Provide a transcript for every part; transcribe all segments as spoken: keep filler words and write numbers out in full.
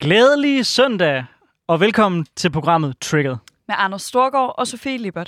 Glædelig søndag, og velkommen til programmet Triggered. Med Anders Storgård og Sofie Lippert.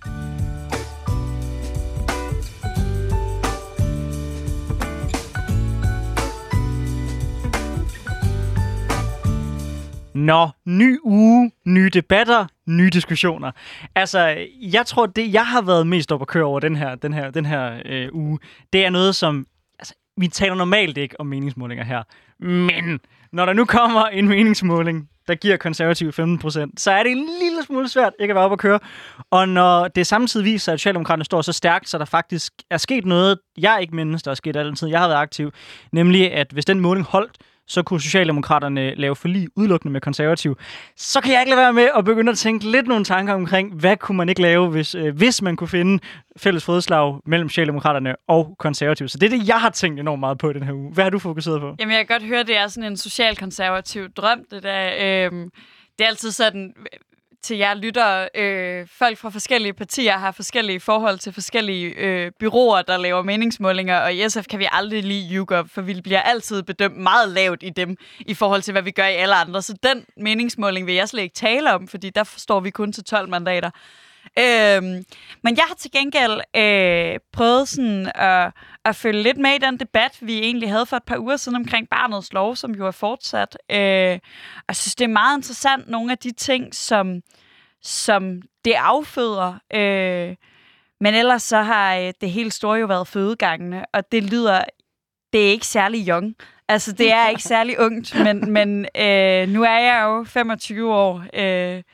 Nå, ny uge, nye debatter, nye diskussioner. Altså, jeg tror, det jeg har været mest op at køre over den her, den her, den her øh, uge, det er noget, som... Altså, vi taler normalt ikke om meningsmålinger her, men når der nu kommer en meningsmåling, der giver konservative femten procent, så er det en lille smule svært ikke at være op at køre. Og når det samtidig viser sig, at Socialdemokraterne står så stærkt, så der faktisk er sket noget, jeg ikke mindes, der er sket altid, jeg har været aktiv, nemlig at hvis den måling holdt, så kunne Socialdemokraterne lave forlig udelukkende med konservative. Så kan jeg ikke lade være med at begynde at tænke lidt nogle tanker omkring, hvad kunne man ikke lave, hvis, øh, hvis man kunne finde fælles fodslag mellem Socialdemokraterne og konservative. Så det er det, jeg har tænkt enormt meget på i den her uge. Hvad har du fokuseret på? Jamen, jeg kan godt høre, at det er sådan en socialkonservativ drøm, det der. Øhm, det er altid sådan... til jer lytter, øh, folk fra forskellige partier har forskellige forhold til forskellige øh, byråer, der laver meningsmålinger, og i S F kan vi aldrig lide YouGov, for vi bliver altid bedømt meget lavt i dem, i forhold til, hvad vi gør i alle andre. Så den meningsmåling vil jeg slet ikke tale om, fordi der står vi kun til tolv mandater. Øh, men jeg har til gengæld øh, prøvet sådan at, at følge lidt med i den debat, vi egentlig havde for et par uger siden omkring Barnets Lov, som jo er fortsat. Øh, jeg synes, det er meget interessant, nogle af de ting, som, som det afføder. Øh, men ellers så har øh, det helt store jo været fødegangene, og det lyder, det er ikke særlig young. Altså, det er ikke særlig ungt, men, men øh, nu er jeg jo femogtyve år, øh,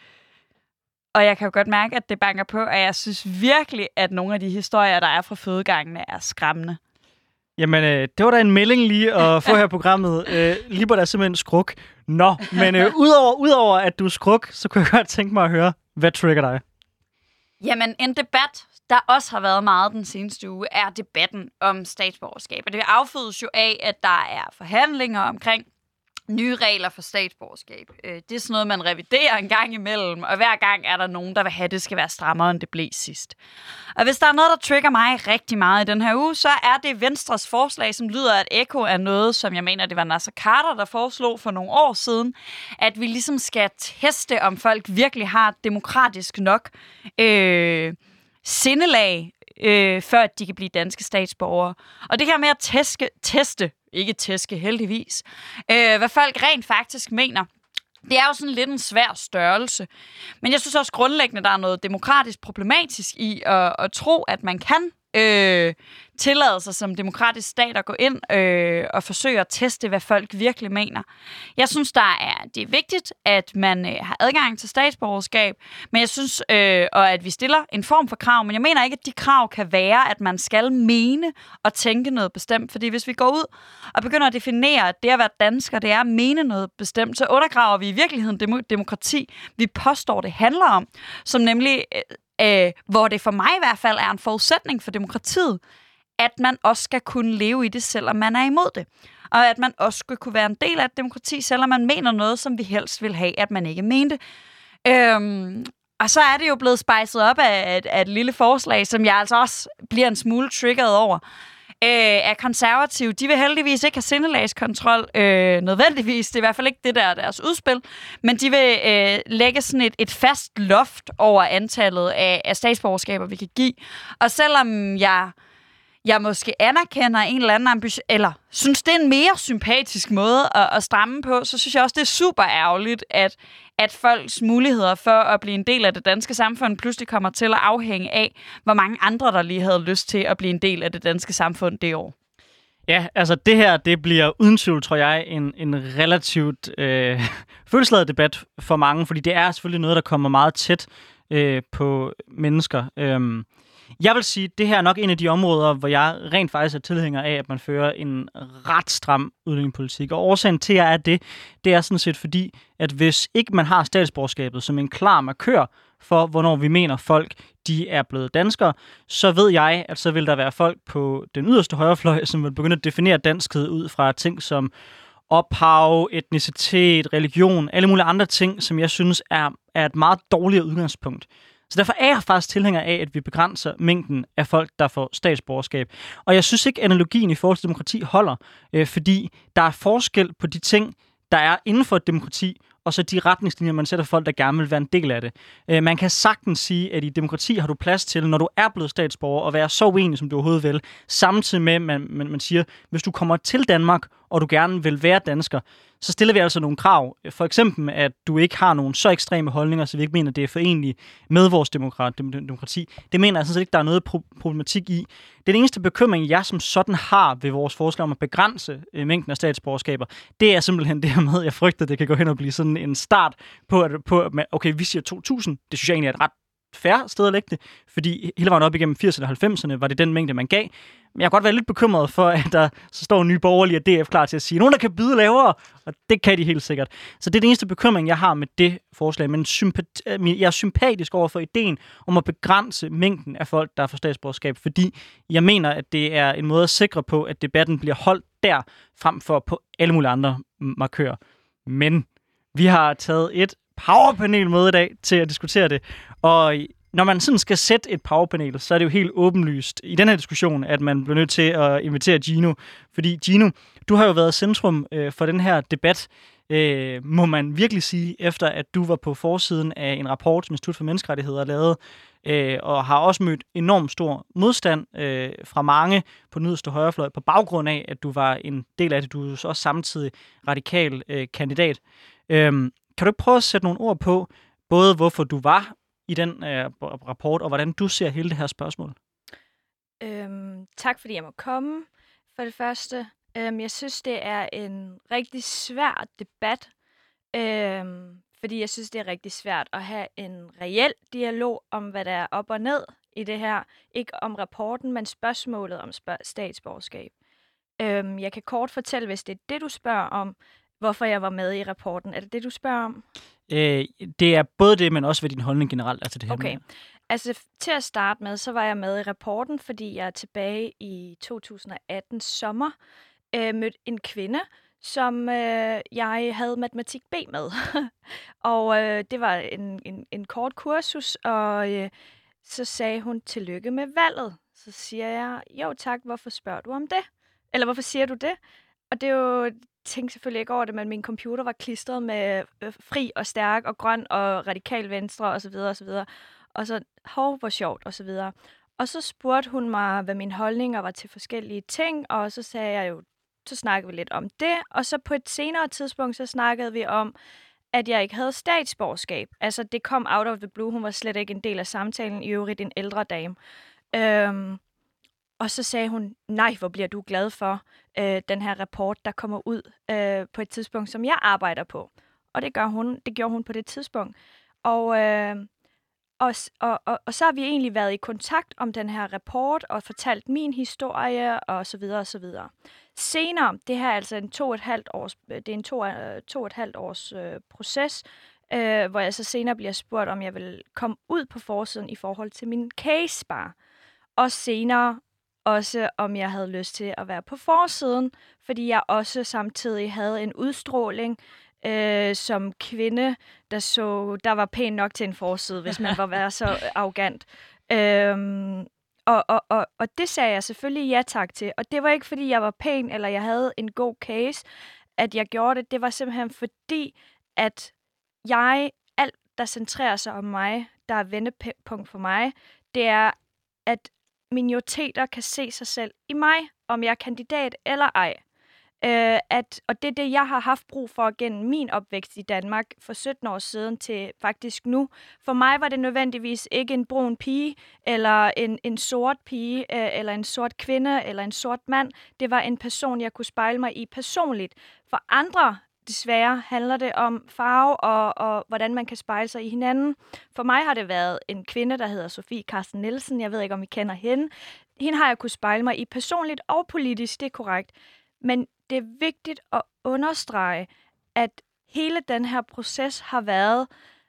og jeg kan jo godt mærke, at det banker på, og jeg synes virkelig, at nogle af de historier, der er fra fødegangene, er skræmmende. Jamen, øh, det var da en melding lige at få her i programmet. Øh, Lippert er simpelthen skruk. Nå, men øh, udover, udover at du er skruk, så kunne jeg godt tænke mig at høre, hvad trigger dig? Jamen, en debat, der også har været meget den seneste uge, er debatten om statsborgerskab. Og det affødes jo af, at der er forhandlinger omkring nye regler for statsborgerskab. Det er sådan noget, man reviderer en gang imellem, og hver gang er der nogen, der vil have, at det skal være strammere, end det blev sidst. Og hvis der er noget, der trigger mig rigtig meget i den her uge, så er det Venstres forslag, som lyder, at ECHO er noget, som jeg mener, det var Naser Khader, der foreslog for nogle år siden, at vi ligesom skal teste, om folk virkelig har demokratisk nok øh, sindelag, øh, før de kan blive danske statsborgere. Og det her med at tæske, teste, ikke tæske heldigvis, øh, hvad folk rent faktisk mener, det er jo sådan lidt en svær størrelse. Men jeg synes også grundlæggende, der er noget demokratisk problematisk i at, at tro, at man kan øh, tillade sig som demokratisk stat at gå ind øh, og forsøge at teste, hvad folk virkelig mener. Jeg synes, der er, det er vigtigt, at man øh, har adgang til statsborgerskab, men jeg synes, øh, og at vi stiller en form for krav, men jeg mener ikke, at de krav kan være, at man skal mene og tænke noget bestemt, fordi hvis vi går ud og begynder at definere, at det at være dansker, det er at mene noget bestemt, så undergraver vi i virkeligheden dem- demokrati, vi påstår, det handler om, som nemlig, øh, øh, hvor det for mig i hvert fald er en forudsætning for demokratiet, at man også skal kunne leve i det, selvom man er imod det. Og at man også skal kunne være en del af et demokrati, selvom man mener noget, som vi helst vil have, at man ikke mente. Øhm, og så er det jo blevet spejset op af et, af et lille forslag, som jeg altså også bliver en smule triggeret over. Øh, af konservative, de vil heldigvis ikke have sindelagskontrol, øh, nødvendigvis. Det er i hvert fald ikke det, der er deres udspil. Men de vil øh, lægge sådan et, et fast loft over antallet af, af statsborgerskaber, vi kan give. Og selvom jeg... jeg måske anerkender en eller anden ambition, eller synes, det er en mere sympatisk måde at, at stramme på, så synes jeg også, det er super ærgerligt, at, at folks muligheder for at blive en del af det danske samfund pludselig kommer til at afhænge af, hvor mange andre, der lige havde lyst til at blive en del af det danske samfund det år. Ja, altså det her, det bliver uden tvivl, tror jeg, en, en relativt øh, følelsesladet debat for mange, fordi det er selvfølgelig noget, der kommer meget tæt øh, på mennesker. Øhm, Jeg vil sige, at det her er nok en af de områder, hvor jeg rent faktisk er tilhænger af, at man fører en ret stram udlændingepolitik. Og årsagen til, at jeg er det, det er sådan set fordi, at hvis ikke man har statsborgerskabet som en klar markør for, hvornår vi mener folk, de er blevet danskere, så ved jeg, at så vil der være folk på den yderste højrefløj, som vil begynde at definere danskhed ud fra ting som ophav, etnicitet, religion, alle mulige andre ting, som jeg synes er, er et meget dårligere udgangspunkt. Så derfor er jeg faktisk tilhænger af, at vi begrænser mængden af folk, der får statsborgerskab. Og jeg synes ikke, analogien i forhold til demokrati holder, øh, fordi der er forskel på de ting, der er inden for et demokrati, og så de retningslinjer, man sætter for folk, der gerne vil være en del af det. Øh, man kan sagtens sige, at i demokrati har du plads til, når du er blevet statsborger, at være så uenig, som du overhovedet vil, samtidig med, at man, man, man siger, hvis du kommer til Danmark, og du gerne vil være dansker, så stiller vi altså nogle krav. For eksempel, at du ikke har nogle så ekstreme holdninger, så vi ikke mener, at det er forenligt med vores demokrat, demokrati. Det mener jeg sådan set ikke, der er noget problematik i. Den eneste bekymring, jeg som sådan har ved vores forslag om at begrænse øh, mængden af statsborgerskaber, det er simpelthen det her med, jeg frygter, at det kan gå hen og blive sådan en start på, at, på at okay, vi siger to tusind. Det synes jeg egentlig er et ret fair sted at lægge det, fordi hele vejen op igennem firserne og halvfemserne var det den mængde, man gav. Men jeg kan godt være lidt bekymret for, at der så står Nye Borgerlige og D F klar til at sige, nogen der kan byde lavere, og det kan de helt sikkert. Så det er den eneste bekymring, jeg har med det forslag, men sympati- jeg er sympatisk over for ideen om at begrænse mængden af folk, der får statsborgerskab, fordi jeg mener, at det er en måde at sikre på, at debatten bliver holdt der, frem for på alle mulige andre markører. Men vi har taget et powerpanel med i dag til at diskutere det, og når man sådan skal sætte et powerpanel, så er det jo helt åbenlyst i den her diskussion, at man bliver nødt til at invitere Gino. Fordi Gino, du har jo været centrum øh, for den her debat, øh, må man virkelig sige, efter at du var på forsiden af en rapport, som Institut for Menneskerettigheder lavede, øh, og har også mødt enormt stor modstand øh, fra mange på den yderste højrefløj, på baggrund af, at du var en del af det. Du er så også samtidig radikal øh, kandidat. Øh, kan du ikke prøve at sætte nogle ord på, både hvorfor du var i den øh, rapport, og hvordan du ser hele det her spørgsmål? Øhm, tak fordi jeg må komme. For det første, øhm, jeg synes, det er en rigtig svær debat, øhm, fordi jeg synes, det er rigtig svært at have en reel dialog om, hvad der er op og ned i det her. Ikke om rapporten, men spørgsmålet om spørg- statsborgerskab. Øhm, jeg kan kort fortælle, hvis det er det, du spørger om, hvorfor jeg var med i rapporten. Er det det, du spørger om? Øh, det er både det, men også ved din holdning generelt. Altså det her okay. Med. Altså til at starte med, så var jeg med i rapporten, fordi jeg tilbage i to tusind og atten sommer øh, mødte en kvinde, som øh, jeg havde matematik B med. og øh, det var en, en, en kort kursus, og øh, så sagde hun tillykke med valget. Så siger jeg, jo tak, hvorfor spørger du om det? Eller hvorfor siger du det? Og det er jo... tænkte selvfølgelig ikke over det, men min computer var klistret med øh, fri og stærk og grøn og radikal venstre og så videre og så videre. Og så, hov, hvor sjovt og så videre. Og så spurgte hun mig, hvad mine holdninger var til forskellige ting, og så sagde jeg jo, så snakkede vi lidt om det. Og så på et senere tidspunkt, så snakkede vi om, at jeg ikke havde statsborgerskab. Altså, det kom out of the blue. Hun var slet ikke en del af samtalen, i øvrigt en ældre dame. Øhm, Og så sagde hun, nej, hvor bliver du glad for øh, den her rapport, der kommer ud øh, på et tidspunkt, som jeg arbejder på. Og det, gør hun, det gjorde hun på det tidspunkt. Og, øh, og, og, og, og så har vi egentlig været i kontakt om den her rapport og fortalt min historie og så videre og så videre. Senere, det her er altså en to og et halvt års, det er en to, to og et halvt års øh, proces, øh, hvor jeg så senere bliver spurgt, om jeg vil komme ud på forsiden i forhold til min case bare. Og senere også om jeg havde lyst til at være på forsiden, fordi jeg også samtidig havde en udstråling øh, som kvinde, der så der var pæn nok til en forside, hvis man var være så arrogant. Øhm, og, og, og, og det sagde jeg selvfølgelig ja tak til. Og det var ikke, fordi jeg var pæn, eller jeg havde en god case, at jeg gjorde det. Det var simpelthen fordi, at jeg, alt der centrerer sig om mig, der er vendepunkt for mig, det er, at minoriteter kan se sig selv i mig, om jeg er kandidat eller ej. Øh, at, og det er det, jeg har haft brug for gennem min opvækst i Danmark for sytten år siden til faktisk nu. For mig var det nødvendigvis ikke en brun pige, eller en, en sort pige, øh, eller en sort kvinde, eller en sort mand. Det var en person, jeg kunne spejle mig i personligt. For andre, desværre, handler det om farve og, og hvordan man kan spejle sig i hinanden. For mig har det været en kvinde, der hedder Sofie Carsten Nielsen. Jeg ved ikke, om I kender hende. Hende har jeg kunne spejle mig i personligt og politisk, det er korrekt. Men det er vigtigt at understrege, at hele den her proces har været,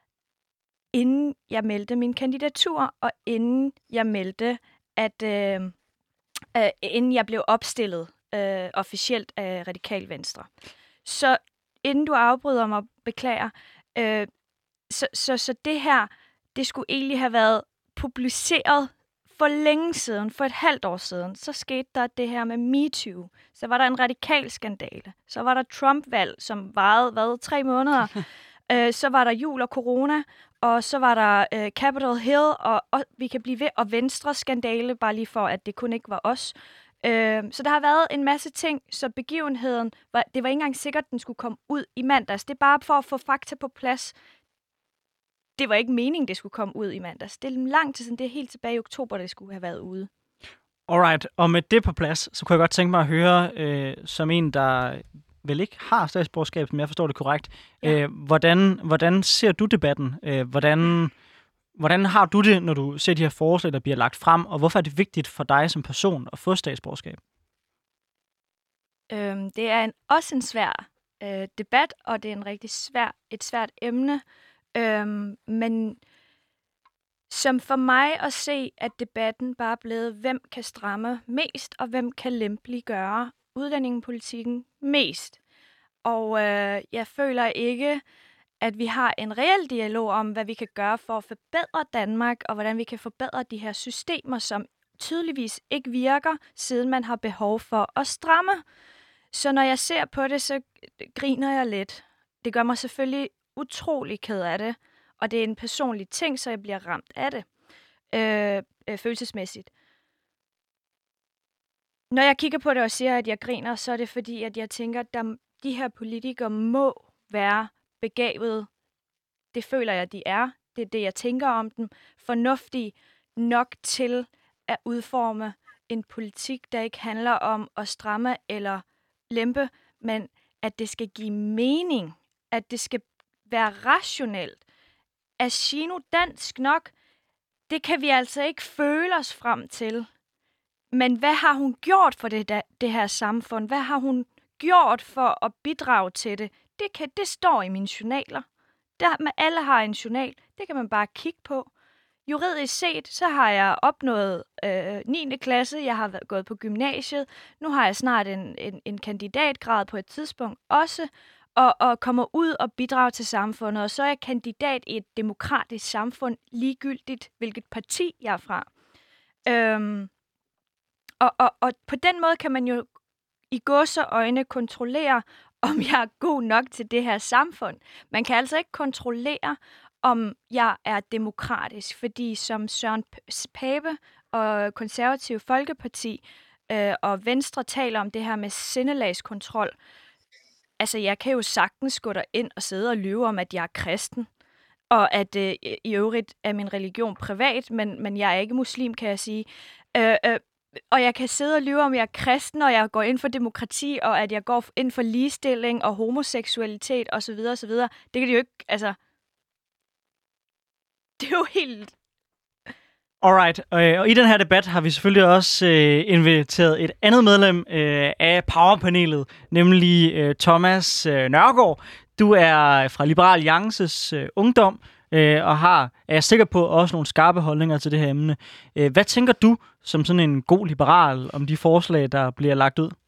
inden jeg meldte min kandidatur, og inden jeg meldte, at øh, øh, inden jeg blev opstillet øh, officielt af Radikal Venstre. Så inden du afbryder mig, beklager, øh, så, så, så det her, det skulle egentlig have været publiceret for længe siden, for et halvt år siden, så skete der det her med MeToo. Så var der en radikal skandale. Så var der Trump-valg, som varede, hvad, tre måneder. øh, så var der jul og corona. Og så var der øh, Capitol Hill, og, og vi kan blive ved, og Venstre skandale, bare lige for, at det kun ikke var os. Øh, så der har været en masse ting, så begivenheden, var, det var ikke engang sikkert, at den skulle komme ud i mandags. Det er bare for at få fakta på plads. Det var ikke meningen, det skulle komme ud i mandags. Det er lang tid siden, det er helt tilbage i oktober, det skulle have været ude. Alright, og med det på plads, så kunne jeg godt tænke mig at høre, øh, som en, der vel ikke har statsborgerskab, som jeg forstår det korrekt, ja. øh, hvordan, hvordan ser du debatten? Øh, hvordan, hvordan har du det, når du ser de her forslag, der bliver lagt frem, og hvorfor er det vigtigt for dig som person at få statsborgerskab? Øhm, det er en, også en svær øh, debat, og det er en rigtig svær, et svært emne. Øhm, men som for mig at se, at debatten bare er blevet, hvem kan stramme mest, og hvem kan lempeliggøre udlændingepolitikken mest. Og øh, jeg føler ikke, at vi har en reel dialog om, hvad vi kan gøre for at forbedre Danmark, og hvordan vi kan forbedre de her systemer, som tydeligvis ikke virker, siden man har behov for at stramme. Så når jeg ser på det, så griner jeg lidt. Det gør mig selvfølgelig utrolig ked af det, og det er en personlig ting, så jeg bliver ramt af det, øh, øh, følelsesmæssigt. Når jeg kigger på det og siger, at jeg griner, så er det fordi, at jeg tænker, at der, de her politikere må være begavede. Det føler jeg, de er. Det er det, jeg tænker om dem. Fornuftige nok til at udforme en politik, der ikke handler om at stramme eller lempe, men at det skal give mening, at det skal være rationelt. Er Gino dansk nok? Det kan vi altså ikke føle os frem til. Men hvad har hun gjort for det, der, det her samfund? Hvad har hun gjort for at bidrage til det? Det, kan, det står i mine journaler. Der, med alle har en journal. Det kan man bare kigge på. Juridisk set, så har jeg opnået øh, niende klasse. Jeg har været, gået på gymnasiet. Nu har jeg snart en, en, en kandidatgrad på et tidspunkt også. Og, og kommer ud og bidrager til samfundet. Og så er jeg kandidat i et demokratisk samfund, ligegyldigt hvilket parti jeg er fra. Øhm, og, og, og på den måde kan man jo i gåseøjne kontrollere, om jeg er god nok til det her samfund. Man kan altså ikke kontrollere, om jeg er demokratisk, fordi som Søren Pape og Konservative Folkeparti øh, og Venstre taler om det her med sindelagskontrol. Altså, jeg kan jo sagtens gå derind og sidde og lyve om, at jeg er kristen, og at øh, i øvrigt er min religion privat, men, men jeg er ikke muslim, kan jeg sige. Øh, øh, og jeg kan sidde og lyve om, at jeg er kristen, og jeg går ind for demokrati, og at jeg går ind for ligestilling og homoseksualitet osv. osv. Det kan det jo ikke, altså... Det er jo helt... Alright, og i den her debat har vi selvfølgelig også øh, inviteret et andet medlem øh, af Powerpanelet, nemlig øh, Thomas øh, Nørgaard. Du er fra Liberal Alliances øh, Ungdom, øh, og har, er jeg sikker på, også nogle skarpe holdninger til det her emne. Øh, hvad tænker du som sådan en god liberal om de forslag, der bliver lagt ud?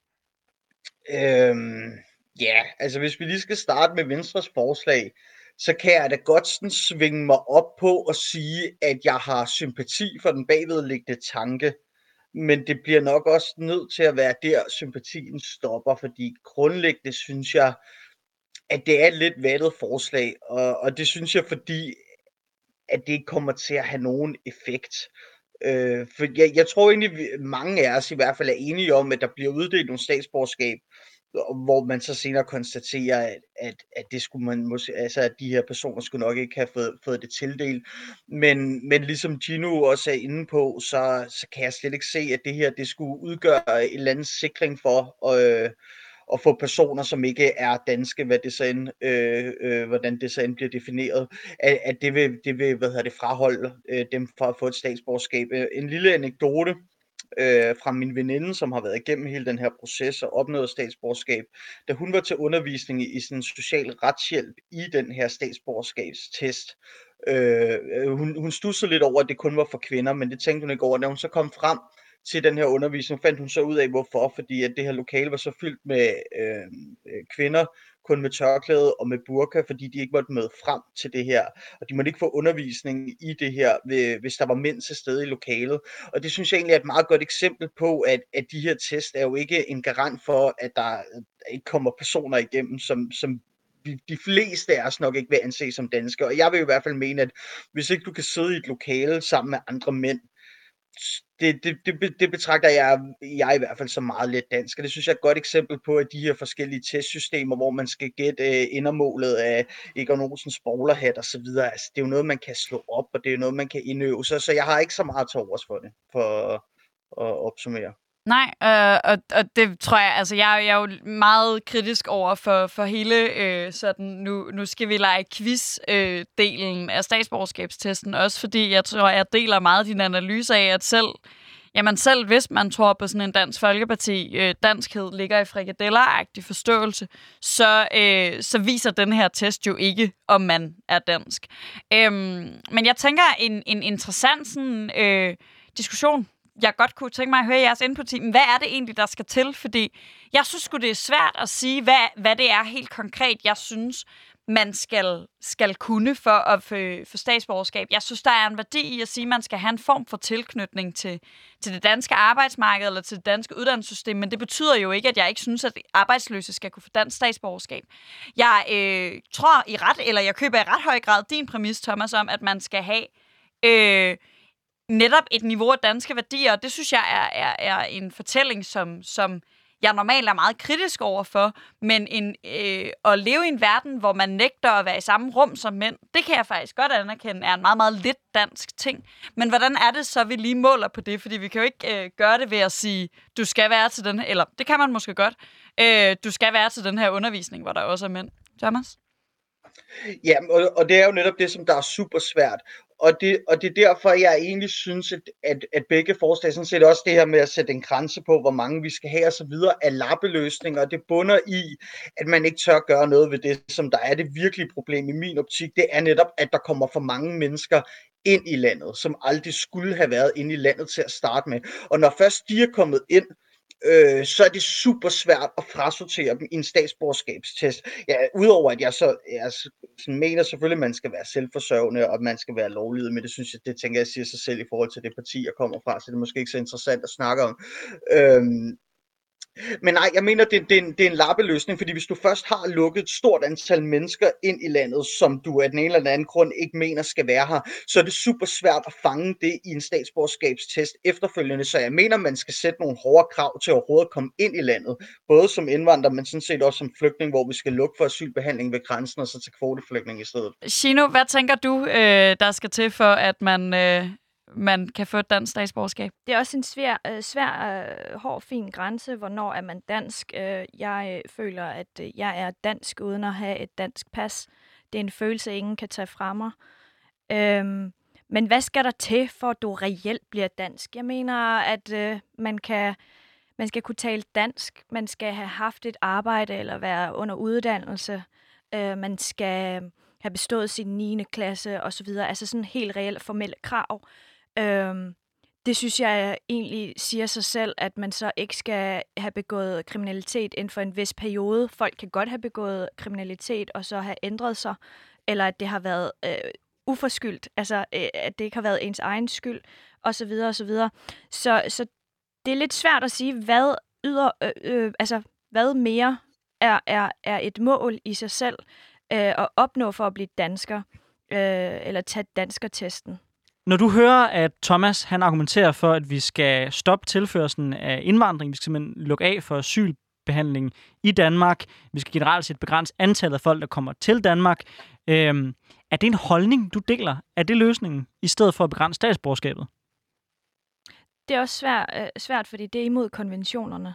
Øhm, ja, altså hvis vi lige skal starte med Venstres forslag, så kan jeg da godt sådan svinge mig op på at sige, at jeg har sympati for den bagvedliggende tanke. Men det bliver nok også nødt til at være der, sympatien stopper, fordi grundlæggende synes jeg, at det er et lidt vattet forslag. Og, og det synes jeg, fordi at det ikke kommer til at have nogen effekt. Øh, for jeg, jeg tror egentlig, mange af os i hvert fald er enige om, at der bliver uddelt nogle statsborgerskab, hvor man så senere konstaterer, at, at, at det skulle man måske, altså at de her personer skulle nok ikke have fået, fået det tildelt. Men, men ligesom Gino også er inde på, så, så kan jeg slet ikke se, at det her det skulle udgøre en eller anden sikring for øh, at få personer, som ikke er danske, hvad det så end, øh, øh, hvordan det så end bliver defineret, at, at det vil, det vil hvad hedder det, fraholde øh, dem fra at få et statsborgerskab. En lille anekdote Øh, fra min veninde, som har været igennem hele den her proces og opnået statsborgerskab, da hun var til undervisning i sådan social retshjælp i den her statsborgerskabstest. Øh, hun, hun studsede lidt over, at det kun var for kvinder, men det tænkte hun ikke over. Da hun så kom frem til den her undervisning, fandt hun så ud af, hvorfor, fordi at det her lokale var så fyldt med øh, kvinder, kun med tørklæde og med burka, fordi de ikke måtte møde frem til det her, og de måtte ikke få undervisning i det her, hvis der var mænd til stede i lokalet. Og det synes jeg egentlig er et meget godt eksempel på, at, at de her test er jo ikke en garant for, at der ikke kommer personer igennem, som, som de fleste af os nok ikke vil anse som danske. Og jeg vil i hvert fald mene, at hvis ikke du kan sidde i et lokale sammen med andre mænd, det, det, det, det betragter jeg, jeg i hvert fald som meget lidt dansk. Og det synes jeg er et godt eksempel på, at de her forskellige testsystemer, hvor man skal gætte uh, indermålet af Egon Olsens bowlerhat og så videre, altså, det er jo noget, man kan slå op, og det er noget, man kan indøve. Så, så jeg har ikke så meget til overs for det, for at, at opsummere. Nej, øh, og, og det tror jeg, altså jeg, jeg er jo meget kritisk over for, for hele øh, sådan, nu, nu skal vi lege quiz-delen øh, af statsborgerskabstesten, også fordi jeg tror, jeg deler meget din analyse af, at selv, jamen selv hvis man tror på sådan en Dansk Folkeparti, øh, danskhed ligger i frikadeller-agtig forståelse, så, øh, så viser den her test jo ikke, om man er dansk. Øhm, men jeg tænker, en, en interessant sådan, øh, diskussion, jeg godt kunne tænke mig at høre jeres input i, hvad er det egentlig, der skal til? Fordi jeg synes sgu, det er svært at sige, hvad, hvad det er helt konkret, jeg synes, man skal, skal kunne for at få, for statsborgerskab. Jeg synes, der er en værdi i at sige, at man skal have en form for tilknytning til, til det danske arbejdsmarked eller til det danske uddannelsessystem, men det betyder jo ikke, at jeg ikke synes, at arbejdsløse skal kunne få dansk statsborgerskab. Jeg øh, tror i ret, eller jeg køber i ret høj grad din præmis, Thomas, om, at man skal have Øh, netop et niveau af danske værdier, og det synes jeg er, er, er en fortælling, som, som jeg normalt er meget kritisk overfor, men en, øh, at leve i en verden, hvor man nægter at være i samme rum som mænd, det kan jeg faktisk godt anerkende, er en meget, meget lidt dansk ting. Men hvordan er det så, vi lige måler på det? Fordi vi kan jo ikke øh, gøre det ved at sige, du skal være til den her, eller det kan man måske godt, øh, du skal være til den her undervisning, hvor der også er mænd. Thomas? Ja, og, og det er jo netop det, som der er super svært. Og det, og det er derfor, jeg egentlig synes, at, at, at begge forslag, sådan set også det her med at sætte en grænse på, hvor mange vi skal have osv., er lappeløsninger, og det bunder i, at man ikke tør gøre noget ved det, som der er det virkelige problem i min optik. Det er netop, at der kommer for mange mennesker ind i landet, som aldrig skulle have været inde i landet til at starte med. Og når først de er kommet ind, Øh, så er det super svært at frasortere dem i en statsborgerskabstest. Ja, udover at jeg så jeg sådan mener selvfølgelig, at man skal være selvforsørgende, og at man skal være lovlydig, men det synes jeg, det tænker jeg siger sig selv i forhold til det parti, jeg kommer fra, så det er måske ikke så interessant at snakke om. Øhm, Men nej, jeg mener, det, det, er en, det er en lappeløsning, fordi hvis du først har lukket et stort antal mennesker ind i landet, som du af den ene eller anden grund ikke mener skal være her, så er det super svært at fange det i en statsborgerskabstest efterfølgende. Så jeg mener, man skal sætte nogle hårde krav til at overhovedet komme ind i landet, både som indvandrer, men sådan set også som flygtning, hvor vi skal lukke for asylbehandling ved grænsen og så til kvoteflygtning i stedet. Shino, hvad tænker du, øh, der skal til for, at man... Øh man kan få et dansk statsborgerskab? Det er også en svær, øh, svær øh, hård, fin grænse. Hvornår er man dansk? Øh, jeg føler, at øh, jeg er dansk uden at have et dansk pas. Det er en følelse, ingen kan tage fra mig. Øhm, men hvad skal der til, for at du reelt bliver dansk? Jeg mener, at øh, man kan... Man skal kunne tale dansk. Man skal have haft et arbejde eller være under uddannelse. Øh, man skal have bestået sin niende klasse osv. Altså sådan helt reelt formelle krav. Øhm, det synes jeg egentlig siger sig selv, at man så ikke skal have begået kriminalitet inden for en vis periode. Folk kan godt have begået kriminalitet og så have ændret sig, eller at det har været øh, uforskyldt, altså øh, at det ikke har været ens egen skyld, osv. osv. Så, så det er lidt svært at sige, hvad yder, øh, øh, altså hvad mere er, er, er et mål i sig selv øh, at opnå for at blive dansker, øh, eller tage danskertesten. Når du hører, at Thomas han argumenterer for, at vi skal stoppe tilførslen af indvandring, vi skal simpelthen lukke af for asylbehandling i Danmark, vi skal generelt set begrænse antallet af folk, der kommer til Danmark, øhm, er det en holdning, du deler? Er det løsningen, i stedet for at begrænse statsborgerskabet? Det er også svært, øh, svært fordi det er imod konventionerne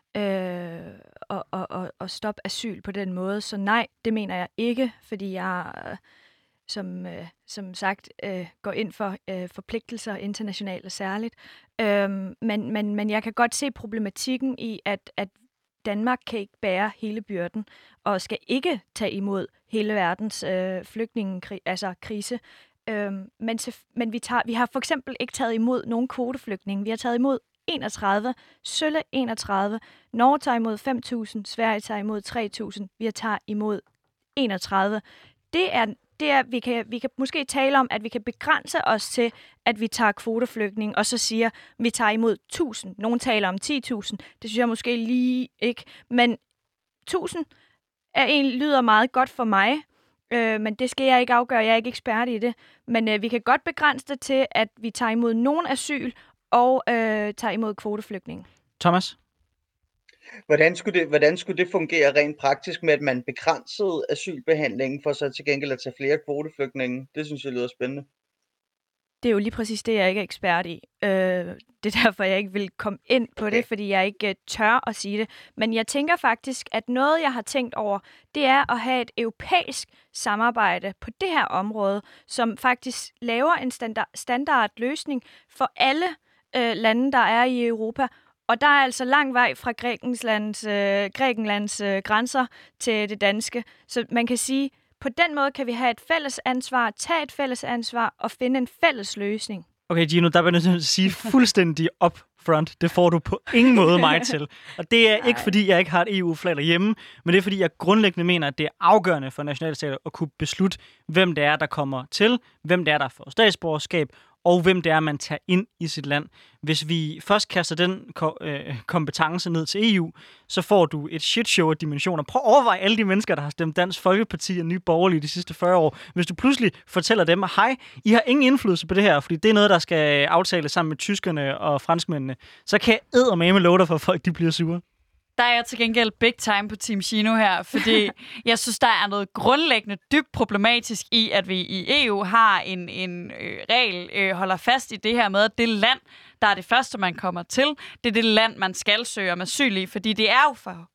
øh, at, at, at, at stoppe asyl på den måde. Så nej, det mener jeg ikke, fordi jeg... Øh, som, øh, som sagt øh, går ind for øh, forpligtelser internationalt og særligt. Øhm, men, men, men jeg kan godt se problematikken i, at, at Danmark kan ikke bære hele byrden, og skal ikke tage imod hele verdens øh, flygtningekrise. Altså krise. Øhm, men men vi, tager, vi har for eksempel ikke taget imod nogen kvoteflygtninge. Vi har taget imod enogtredive, Sølle enogtredive, Norge tager imod fem tusind, Sverige tager imod tre tusind, vi tager imod enogtredive. Det er, det er vi, kan, vi kan måske tale om, at vi kan begrænse os til, at vi tager kvoteflygtninge, og så siger, at vi tager imod tusind. Nogle taler om ti tusind. Det synes jeg måske lige ikke. Men tusind er egentlig lyder meget godt for mig, øh, men det skal jeg ikke afgøre. Jeg er ikke ekspert i det. Men øh, vi kan godt begrænse det til, at vi tager imod nogen asyl og øh, tager imod kvoteflygtninge. Thomas? Hvordan skulle, det, hvordan skulle det fungere rent praktisk med, at man begrænsede asylbehandlingen for så til gengæld at tage flere kvoteflygtninge? Det synes jeg lyder spændende. Det er jo lige præcis det, jeg ikke er ekspert i. Øh, det er derfor, jeg ikke vil komme ind på okay. det, fordi jeg ikke tør at sige det. Men jeg tænker faktisk, at noget, jeg har tænkt over, det er at have et europæisk samarbejde på det her område, som faktisk laver en standard, standard løsning for alle øh, lande, der er i Europa. Og der er altså lang vej fra Grækenlands, øh, Grækenlands øh, grænser til det danske. Så man kan sige, på den måde kan vi have et fælles ansvar, tage et fælles ansvar og finde en fælles løsning. Okay, Gino, der vil jeg nødt til at sige fuldstændig upfront. Det får du på ingen måde mig til. Og det er ikke, fordi jeg ikke har et E U-flag derhjemme, men det er, fordi jeg grundlæggende mener, at det er afgørende for nationalstater at kunne beslutte, hvem det er, der kommer til, hvem det er, der får statsborgerskab, og hvem det er, man tager ind i sit land. Hvis vi først kaster den ko- øh, kompetence ned til E U, så får du et shitshow af dimensioner. Prøv at overveje alle de mennesker, der har stemt Dansk Folkeparti og Nye Borgerlige de sidste fyrre år. Hvis du pludselig fortæller dem, at hej, I har ingen indflydelse på det her, fordi det er noget, der skal aftales sammen med tyskerne og franskmændene, så kan jeg eddermame love dig for, at folk de bliver sure. Der er jeg til gengæld big time på Team Gino her, fordi jeg synes, der er noget grundlæggende dybt problematisk i, at vi i E U har en, en øh, regel, øh, holder fast i det her med, at det land, der er det første, man kommer til, det er det land, man skal søge om asyl i, fordi det er jo for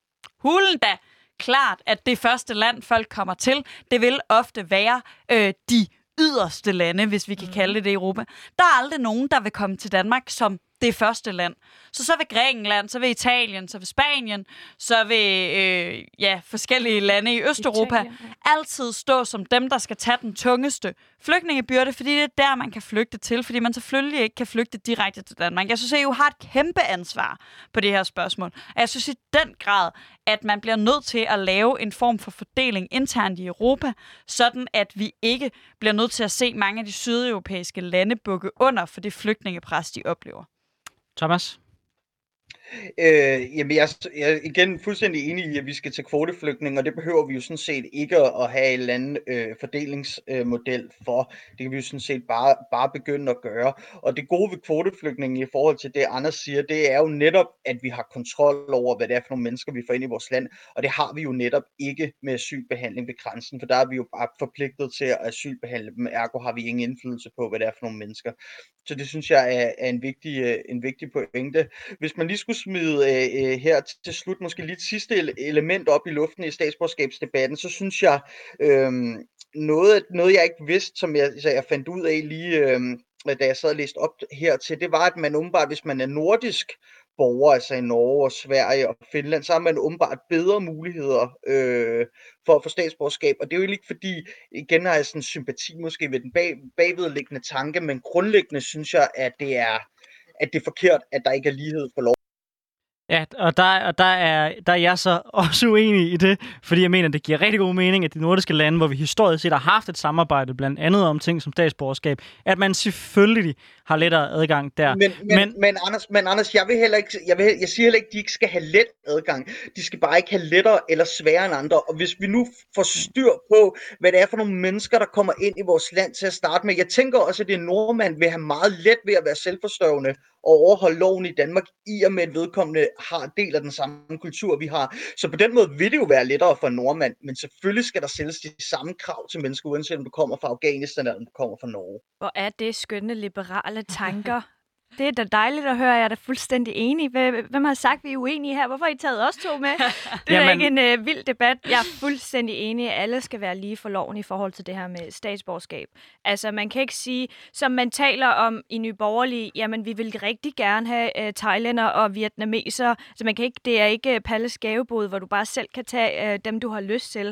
hulen da klart, at det første land, folk kommer til, det vil ofte være øh, de yderste lande, hvis vi kan kalde det det i Europa. Der er aldrig nogen, der vil komme til Danmark som det første land. Så så vil Grækenland, så vil Italien, så vil Spanien, så vil øh, ja, forskellige lande i Østeuropa Italien, ja. altid stå som dem, der skal tage den tungeste flygtningebyrde, fordi det er der, man kan flygte til, fordi man selvfølgelig ikke kan flygte direkte til Danmark. Jeg synes, at E U har et kæmpe ansvar på det her spørgsmål. Og jeg synes i den grad, at man bliver nødt til at lave en form for fordeling internt i Europa, sådan at vi ikke bliver nødt til at se mange af de sydeuropæiske lande bukke under for det flygtningepres, de oplever. Thomas? Øh, jamen jeg, jeg er igen fuldstændig enig i, at vi skal til kvoteflygtninge, og det behøver vi jo sådan set ikke at have en eller anden øh, fordelingsmodel øh, for. Det kan vi jo sådan set bare, bare begynde at gøre. Og det gode ved kvoteflygtninge i forhold til det, Anders siger, det er jo netop, at vi har kontrol over, hvad det er for nogle mennesker, vi får ind i vores land. Og det har vi jo netop ikke med asylbehandling ved grænsen, for der er vi jo bare forpligtet til at asylbehandle dem. Ergo har vi ingen indflydelse på, hvad det er for nogle mennesker. Så det synes jeg er, er en, vigtig, en vigtig pointe. Hvis man lige skulle smide øh, her til slut måske lige et sidste element op i luften i statsborgerskabsdebatten, så synes jeg øh, noget, noget jeg ikke vidste, som jeg, jeg fandt ud af lige øh, da jeg sad og læste op hertil, det var, at man umiddelbart, hvis man er nordisk borger, altså i Norge og Sverige og Finland, så har man umiddelbart bedre muligheder øh, for at få statsborgerskab. Og det er jo ikke fordi, igen har jeg sådan sympati måske ved den bag, bagvedliggende tanke, men grundlæggende synes jeg, at det er, at det er forkert, at der ikke er lighed for lov. Ja, og der, og der, er, der er jeg så også uenig i det, fordi jeg mener, det giver rigtig god mening, at de nordiske lande, hvor vi historisk set har haft et samarbejde, blandt andet om ting som statsborgerskab, at man selvfølgelig har lettere adgang der. Men, men, men, men, Anders, men Anders, jeg vil heller ikke, jeg, vil, jeg siger heller ikke, at de ikke skal have let adgang. De skal bare ikke have lettere eller sværere end andre. Og hvis vi nu får styr på, hvad det er for nogle mennesker, der kommer ind i vores land til at starte med, jeg tænker også, at det nordmand vil have meget let ved at være selvforsørgende og overholde loven i Danmark, i og med at vedkommende har del af den samme kultur, vi har. Så på den måde vil det jo være lettere for en nordmand, men selvfølgelig skal der stilles de samme krav til mennesker, uanset om du kommer fra Afghanistan eller om du kommer fra Norge. Hvor er det skønne liberale tanker. Det er da dejligt at høre, jeg er da fuldstændig enig. Hvem har sagt, at vi er uenige her? Hvorfor har I taget os to med? Det er Jamen... ikke en uh, vild debat. Jeg er fuldstændig enig, at alle skal være lige for loven i forhold til det her med statsborgerskab. Altså, man kan ikke sige, som man taler om i Nye Borgerlige, jamen, vi vil rigtig gerne have uh, thailænder og vietnameser. Så man kan ikke, det er ikke uh, Palles gavebod, hvor du bare selv kan tage uh, dem, du har lyst til.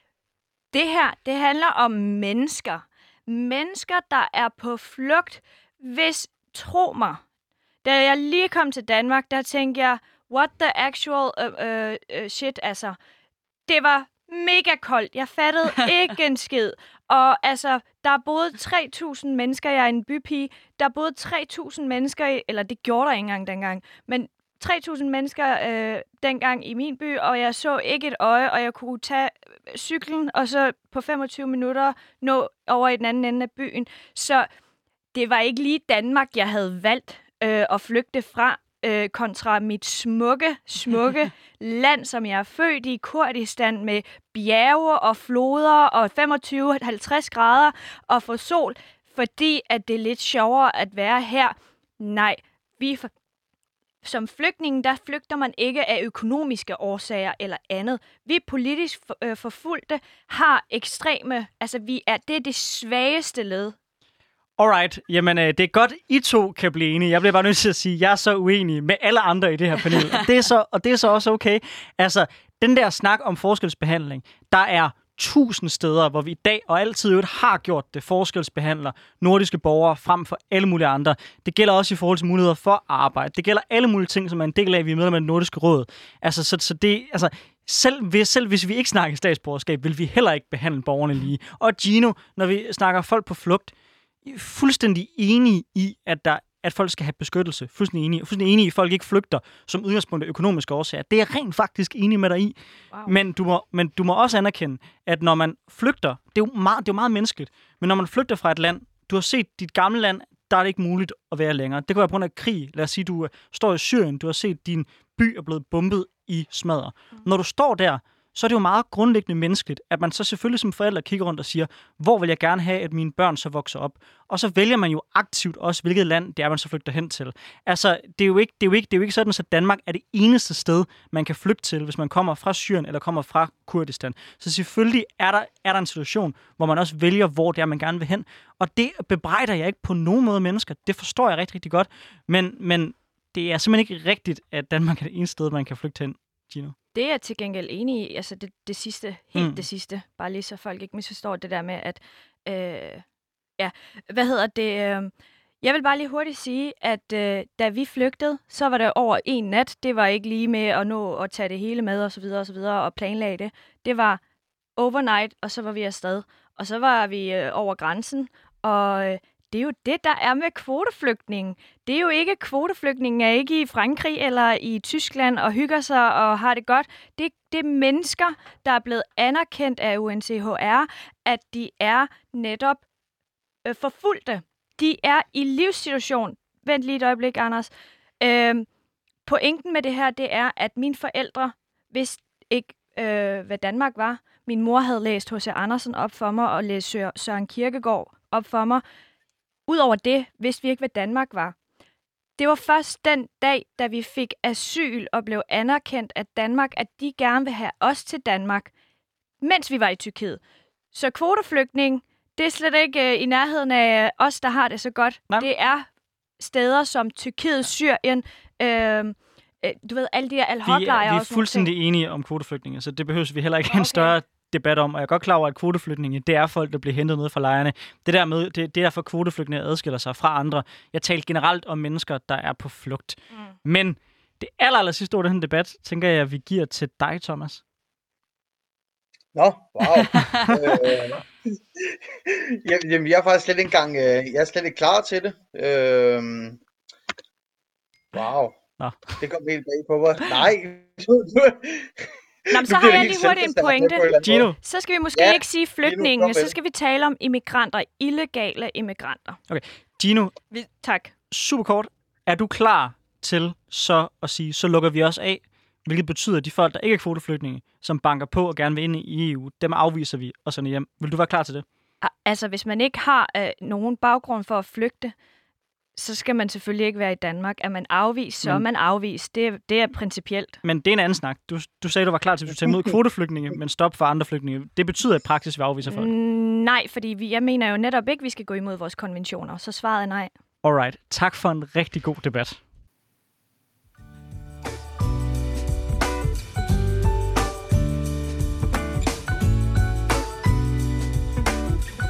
Det her, det handler om mennesker. Mennesker, der er på flugt, hvis tro mig, Da jeg lige kom til Danmark, der tænkte jeg, what the actual uh, uh, shit, altså. Det var mega koldt. Jeg fattede ikke en skid. Og altså, der boede tre tusind mennesker. Jeg er en bypige. Der boede tre tusind mennesker i, eller det gjorde der ikke engang dengang, men tre tusind mennesker øh, dengang i min by, og jeg så ikke et øje, og jeg kunne tage cyklen, og så på femogtyve minutter nå over i den anden ende af byen. Så det var ikke lige Danmark, jeg havde valgt øh, at flygte fra, øh, kontra mit smukke, smukke land, som jeg er født i, Kurdistan, med bjerge og floder og femogtyve til halvtreds grader, og få sol, fordi at det er lidt sjovere at være her. Nej, vi for som flygtninge, der flygter man ikke af økonomiske årsager eller andet. Vi er politisk for, øh, forfulgte, har ekstreme, altså vi er, det er det svageste led. Alright, jamen øh, det er godt, I to kan blive enige. Jeg bliver bare nødt til at sige, at jeg er så uenig med alle andre i det her panel. Og det er så, og det er så også okay. Altså, den der snak om forskelsbehandling, der er tusind steder, hvor vi i dag og altid jo har gjort det, forskelsbehandler nordiske borgere frem for alle mulige andre. Det gælder også i forhold til muligheder for arbejde. Det gælder alle mulige ting, som er en del af, at vi er medlem af det nordiske råd. Altså, så, så det, altså, selv hvis, selv hvis vi ikke snakker statsborgerskab, vil vi heller ikke behandle borgerne lige. Og Gino, når vi snakker folk på flugt, fuldstændig enige i, at der at folk skal have beskyttelse. Fuldstændig enige. Fuldstændig enige i, at folk ikke flygter som udgangspunkt af økonomiske årsager. Det er jeg rent faktisk enig med dig i. Wow. Men, du må, men du må også anerkende, at når man flygter, det er jo meget, det er jo meget menneskeligt, men når man flygter fra et land, du har set dit gamle land, der er det ikke muligt at være længere. Det kan være på grund af krig. Lad os sige, du står i Syrien, du har set din by er blevet bombet i smadre. Mm. Når du står der, så er det jo meget grundlæggende menneskeligt, at man så selvfølgelig som forældre kigger rundt og siger, hvor vil jeg gerne have, at mine børn så vokser op? Og så vælger man jo aktivt også, hvilket land det er, man så flygter hen til. Altså, det er jo ikke, det er jo ikke, det er jo ikke sådan, at Danmark er det eneste sted, man kan flygte til, hvis man kommer fra Syrien eller kommer fra Kurdistan. Så selvfølgelig er der, er der en situation, hvor man også vælger, hvor det er, man gerne vil hen. Og det bebrejder jeg ikke på nogen måde mennesker. Det forstår jeg rigtig, rigtig godt. Men, men det er simpelthen ikke rigtigt, at Danmark er det eneste sted, man kan flygte hen, Gino. Det er jeg til gengæld enig i, altså det, det sidste, helt mm. det sidste, bare lige så folk ikke misforstår det der med, at, øh, ja, hvad hedder det, øh, jeg vil bare lige hurtigt sige, at øh, da vi flygtede, så var det over en nat, det var ikke lige med at nå at tage det hele med, og så videre, og så videre, og planlagde det. Det var overnight, og så var vi afsted, og så var vi øh, over grænsen, og øh, det er jo det, der er med kvoteflygtningen. Det er jo ikke, kvoteflygtningen er ikke i Frankrig eller i Tyskland og hygger sig og har det godt. Det, det er mennesker, der er blevet anerkendt af U N C H R, at de er netop øh, forfulgte. De er i livssituation. Vent lige et øjeblik, Anders. Øh, pointen med det her, det er, at mine forældre vidste ikke, øh, hvad Danmark var. Min mor havde læst H C Andersen op for mig og læst Søren Kierkegaard op for mig. Udover det vidste vi ikke, hvad Danmark var. Det var først den dag, da vi fik asyl og blev anerkendt af Danmark, at de gerne vil have os til Danmark, mens vi var i Tyrkiet. Så kvoteflygtning, det er slet ikke uh, i nærheden af os, der har det så godt. Nej. Det er steder som Tyrkiet, Syrien, øh, øh, du ved, alle de her al-Hol-lejre. Vi er, vi er fuldstændig enige om kvoteflygtninge, så det behøver vi heller ikke okay. en større debat om, og jeg er godt klar over, at kvoteflygtninge, det er folk, der bliver hentet ned fra lejrene. Det der med, det, det er derfor kvoteflygtninge adskiller sig fra andre. Jeg taler generelt om mennesker, der er på flugt. Mm. Men det aller, aller sidste ord af den debat, tænker jeg, at vi giver til dig, Thomas. Nå, wow. øh, jamen, jeg er faktisk slet ikke engang, øh, jeg er slet ikke klar til det. Øh, wow. Nå. Det kom helt bag på mig. Nej. Nå, så har jeg lige hurtigt en pointe. Gino. Så skal vi måske ja, ikke sige flygtninge, Gino, så skal vi tale om immigranter, illegale immigranter. Okay, Gino. Vi, tak. Super kort. Er du klar til så at sige, så lukker vi os af, hvilket betyder, at de folk, der ikke er kvoteflygtninge, som banker på og gerne vil ind i E U, dem afviser vi og sender hjem. Vil du være klar til det? Altså, hvis man ikke har øh, nogen baggrund for at flygte, så skal man selvfølgelig ikke være i Danmark. Er man afvist, så er man afvist. Det, det er principielt. Men det er en anden snak. Du, du sagde, du var klar til at tage imod kvoteflygtninge, men stop for andre flygtninge. Det betyder i praksis, at vi afviser folk. Nej, fordi vi, jeg mener jo netop ikke, at vi skal gå imod vores konventioner. Så svaret er nej. Alright. Tak for en rigtig god debat.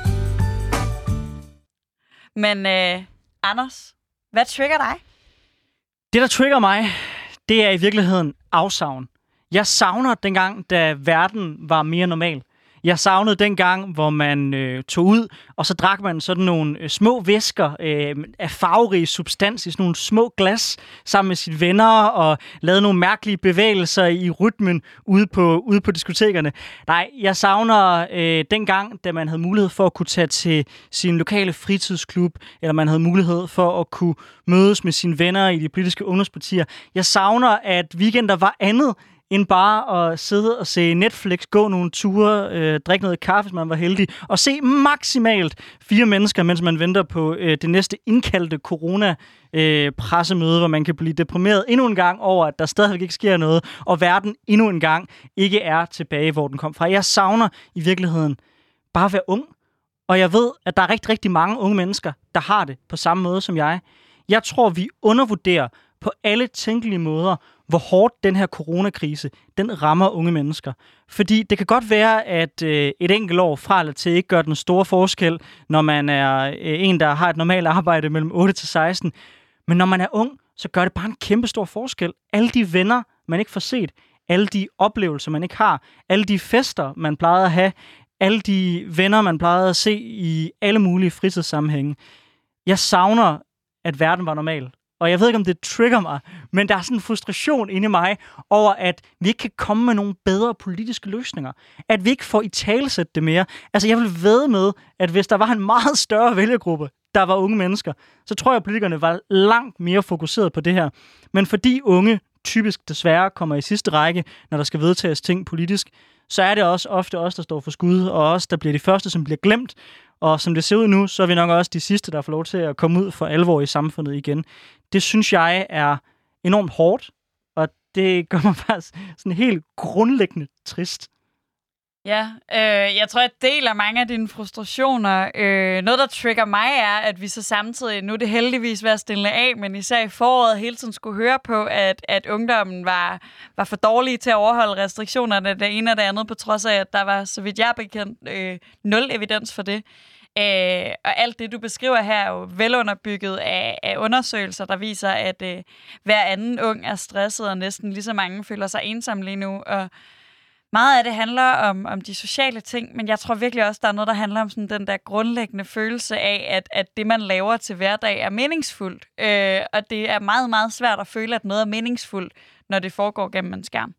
Men øh, Anders, hvad trigger dig? Det, der trigger mig, det er i virkeligheden afsavn. Jeg savner dengang, da verden var mere normal. Jeg savnede dengang, hvor man øh, tog ud, og så drak man sådan nogle øh, små væsker øh, af farverig substans i sådan nogle små glas sammen med sine venner og lavede nogle mærkelige bevægelser i rytmen ude på, ude på diskotekerne. Nej, jeg savner øh, dengang, da man havde mulighed for at kunne tage til sin lokale fritidsklub, eller man havde mulighed for at kunne mødes med sine venner i de politiske ungdomspartier. Jeg savner, at weekender var andet end bare at sidde og se Netflix, gå nogle ture, øh, drikke noget kaffe, hvis man var heldig, og se maksimalt fire mennesker, mens man venter på øh, det næste indkaldte corona-pressemøde, øh, hvor man kan blive deprimeret endnu en gang over, at der stadigvæk ikke sker noget, og verden endnu en gang ikke er tilbage, hvor den kom fra. Jeg savner i virkeligheden bare at være ung, og jeg ved, at der er rigtig, rigtig mange unge mennesker, der har det på samme måde som jeg. Jeg tror, vi undervurderer på alle tænkelige måder, hvor hårdt den her coronakrise, den rammer unge mennesker. Fordi det kan godt være, at øh, et enkelt år fra eller til ikke gør den store forskel, når man er øh, en, der har et normalt arbejde mellem otte til seksten. Men når man er ung, så gør det bare en kæmpe stor forskel. Alle de venner, man ikke får set, alle de oplevelser, man ikke har, alle de fester, man plejede at have, alle de venner, man plejede at se i alle mulige fritidssammenhænge. Jeg savner, at verden var normal. Og jeg ved ikke, om det trigger mig, men der er sådan en frustration inde i mig over, at vi ikke kan komme med nogle bedre politiske løsninger. At vi ikke får italesæt det mere. Altså, jeg vil vædde med, at hvis der var en meget større vælgergruppe, der var unge mennesker, så tror jeg, at politikerne var langt mere fokuseret på det her. Men fordi unge typisk desværre kommer i sidste række, når der skal vedtages ting politisk, så er det også ofte os, der står for skud, og os, der bliver de første, som bliver glemt. Og som det ser ud nu, så er vi nok også de sidste, der får lov til at komme ud for alvor i samfundet igen. Det synes jeg er enormt hårdt, og det gør mig faktisk sådan helt grundlæggende trist. Ja, øh, jeg tror, jeg deler mange af dine frustrationer. Øh, noget, der trigger mig, er, at vi så samtidig, nu er det heldigvis ved at stille af, men især i foråret hele tiden skulle høre på, at, at ungdommen var, var for dårlige til at overholde restriktionerne, det ene og det andet, på trods af, at der var, så vidt jeg er bekendt, øh, nul evidens for det. Øh, og alt det, du beskriver her, er jo velunderbygget af, af undersøgelser, der viser, at øh, hver anden ung er stresset, og næsten lige så mange føler sig ensomme lige nu. Og meget af det handler om, om de sociale ting, men jeg tror virkelig også, der er noget, der handler om sådan den der grundlæggende følelse af, at, at det, man laver til hverdag, er meningsfuldt. Øh, og det er meget, meget svært at føle, at noget er meningsfuldt, når det foregår gennem en skærm.